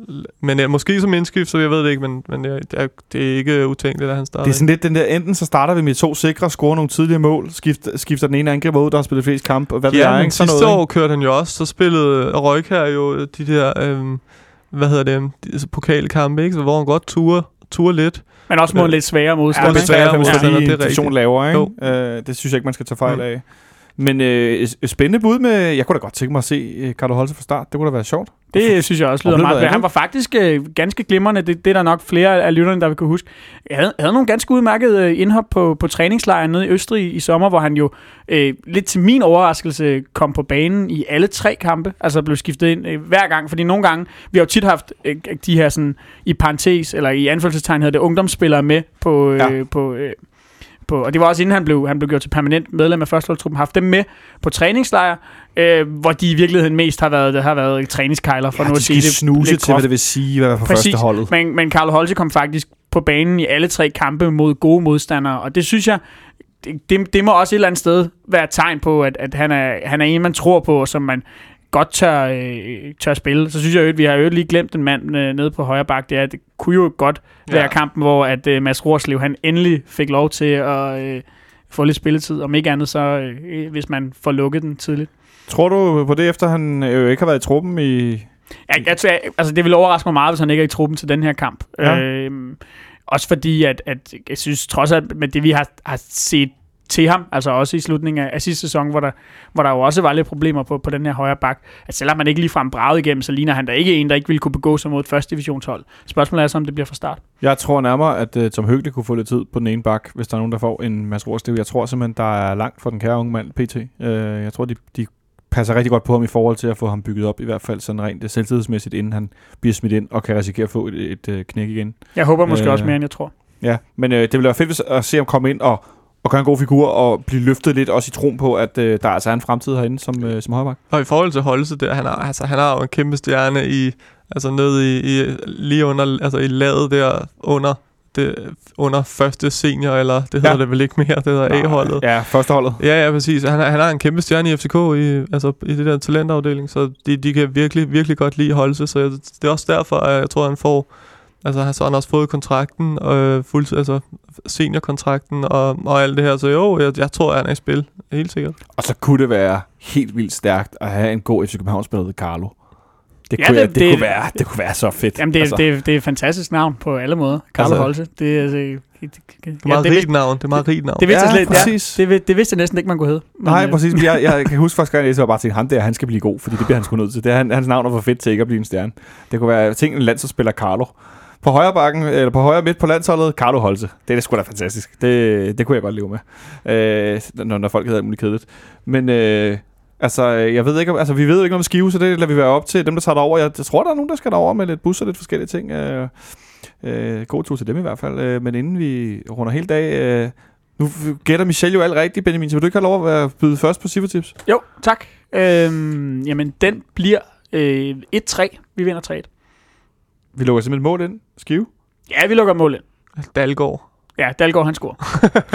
men ja, måske som indskift, så jeg ved det ikke, men, men det, er, det er ikke utænkeligt, at han starter. Det er sådan lidt den der, enten så starter vi med to sikre, scorer nogle tidlige mål, skifter, skifter den ene angriber ud, der har spillet flest kampe, og hvad ja, ved jeg, men sidste noget, år kørte han jo også, så spillede Røyk her jo de der, øhm, hvad hedder det, de pokalkampe, ikke? Så hvor han godt ture, ture lidt. Men også mod øh, lidt sværere modstand. Ja, lidt sværere modstand, ja, det er lavere, ikke? Øh, det synes jeg ikke, man skal tage fejl af. Men øh, spændende bud med... Jeg kunne da godt tænke mig at se Carlo Holse fra start. Det kunne da være sjovt. Det synes jeg også lyder meget. Han var faktisk øh, ganske glimrende. Det, det er der nok flere af lytterne, der vil kunne huske. Jeg havde, havde nogle ganske udmærkede øh, indhop på, på træningslejren nede i Østrig i sommer, hvor han jo øh, lidt til min overraskelse kom på banen i alle tre kampe. Altså blev skiftet ind øh, hver gang. Fordi nogle gange... Vi har jo tit haft øh, de her sådan i parentes, eller i anførselstegn hedder det, ungdomsspillere med på... Øh, ja. på øh, På, og det var også inden han blev, han blev gjort til permanent medlem af førsteholdstruppen, haft dem med på træningslejr, øh, hvor de i virkeligheden mest har været, det har været træningskejler for ja, nu at sige det. Snuse til, hvad det vil sige, hvad for første holdet. Men, men Carlo Holse kom faktisk på banen i alle tre kampe mod gode modstandere, og det synes jeg, det, det, det må også et eller andet sted være et tegn på, at, at han, er, han er en, man tror på, og som man godt tør, øh, tør spille. Så synes jeg jo, at vi har jo lige glemt en mand øh, nede på højre bak. Det, er, det kunne jo godt være ja. kampen, hvor at, øh, Mads Roerslev, han endelig fik lov til at øh, få lidt spilletid. Om ikke andet, så øh, hvis man får lukket den tidligt. Tror du på det, efter han øh, ikke har været i truppen i... Ja, jeg tror, altså, det vil overraske mig meget, hvis han ikke er i truppen til den her kamp. Ja. Øh, også fordi, at, at jeg synes trods alt, med det vi har, har set til ham, altså også i slutningen af, af sidste sæson, hvor der, hvor der jo også var lidt problemer på, på den her højre bak, at selvom man ikke ligefrem braget igennem, så ligner han der ikke en, der ikke ville kunne begå sig mod et første divisionshold. Spørgsmålet er så, om det bliver fra start. Jeg tror nærmere, at uh, Tom Høgli kunne få lidt tid på den ene bak, hvis der er nogen, der får en Mads Roerslev. Jeg tror simpelthen, der er langt for den kære unge mand, P T. Uh, jeg tror, de, de passer rigtig godt på ham i forhold til at få ham bygget op, i hvert fald sådan rent selvtidsmæssigt, inden han bliver smidt ind og kan risikere at få et, et, et knæk igen. Jeg håber måske uh, også mere, end jeg tror. Ja, men uh, det ville være fedt at se ham komme ind og og gøre en god figur, og blive løftet lidt også i troen på, at øh, der altså er en fremtid herinde som, øh, som højreback. Og i forhold til Holse, der, han, har, altså, han har jo en kæmpe stjerne i, altså nede i, i lige under, altså i ladet der under, det, under første senior, eller det hedder ja. det vel ikke mere, det hedder A-holdet. Ja, første holdet. Ja, ja, præcis. Han, han har en kæmpe stjerne i F C K, i, altså i det der talentafdeling, så de, de kan virkelig, virkelig godt lide Holse, så jeg, det er også derfor, at jeg tror, at han får... Altså, så har han også fået kontrakten, øh, fuld, altså seniorkontrakten og, og alt det her. Så jo, jeg, jeg tror, at han er i spil. Helt sikkert. Og så kunne det være helt vildt stærkt at have en god F C København-spiller ved Carlo. Det, ja, kunne, det, det, det, kunne være, det kunne være så fedt. Jamen, det, altså. det, det er et fantastisk navn på alle måder. Carlo altså, Holse. Det er, altså, det, det, det er meget ja, rigt navn. Det er meget rigt navn. Det, det, ja, slet, præcis. Ja, det, det vidste jeg næsten ikke, man kunne hedde. Men, Nej, præcis. Jeg, jeg kan huske første gang, jeg så bare tænkte, ham der, han skal blive god, fordi det bliver han sgu nødt til. Det er, han, hans navn er for fedt til ikke at blive en stjerne. Det kunne være ting, en landsholdsspiller Carlo. På højre bakken, eller på højre midt på landsholdet, Carlo Holse. Det er sgu da fantastisk. Det, det kunne jeg godt leve med, øh, når, når folk hedder alt muligt kedeligt. Men øh, altså, jeg ved ikke, altså, vi ved jo ikke noget om Skive, så det lader vi være op til dem, der tager derover. Jeg, jeg tror, der er nogen, der skal derover med lidt bus og lidt forskellige ting. Øh, øh, god tur til dem i hvert fald. Øh, men inden vi runder hele dag... Øh, nu gætter Michel jo alt rigtigt, Benjamin, så vil du ikke have lov at være byde først på Cifretips? Jo, tak. Øhm, jamen, den bliver øh, et tre. Vi vinder tre et. Vi lukker simpelthen mål ind. Skive? Ja, vi lukker mål ind. Dalgaard. Ja, Dalgaard, han scorer.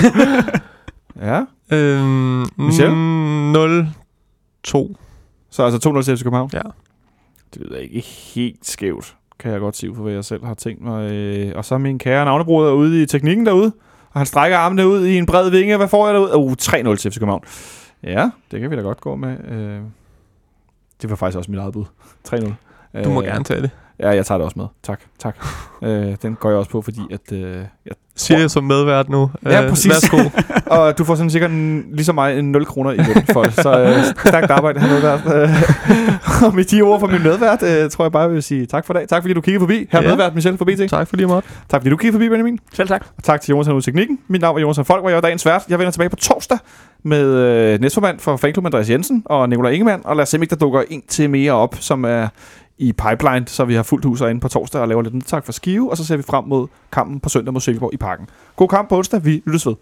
ja. Øhm, Michel? nul to. Så altså to nul til F C København? Ja. Det lyder ikke helt skævt, kan jeg godt sige, for hvad jeg selv har tænkt mig. Og så er min kære navnebror ude i teknikken derude, og han strækker armene ud i en bred vinge. Hvad får jeg derude? Uh, tre nul til F C København. Ja, det kan vi da godt gå med. Det var faktisk også mit eget bud. tre nul. Du må uh, gerne tage det. Ja, jeg tager det også med. Tak, tak. øh, den går jeg også på, fordi at... Øh, jeg siger jeg som medvært nu. Ja, øh, præcis. Værsgo. Og du får sådan sikkert en, ligesom mig en nul kroner i løn for det. Så øh, stærkt arbejde her medvært. Og med de ord fra min medvært, øh, tror jeg bare, jeg vil sige tak for dag. Tak fordi du kiggede forbi. Her ja. medvært Michel fra B T. Tak fordi jeg måtte. Tak fordi du kiggede forbi, Benjamin. Selv tak. Og tak til Jonas ud teknikken. Mit navn er Jonas Folk, og jeg var dagens vært. Jeg vender tilbage på torsdag med øh, næstformand for fanklub Andreas Jensen og Nikolaj Ingemann. Og lad os se, der dukker en til mere op, som er... i pipeline, så vi har fuldt hus herinde på torsdag og laver lidt tak for Skive, og så ser vi frem mod kampen på søndag mod Silkeborg i Parken. God kamp på onsdag, vi lyttes ved.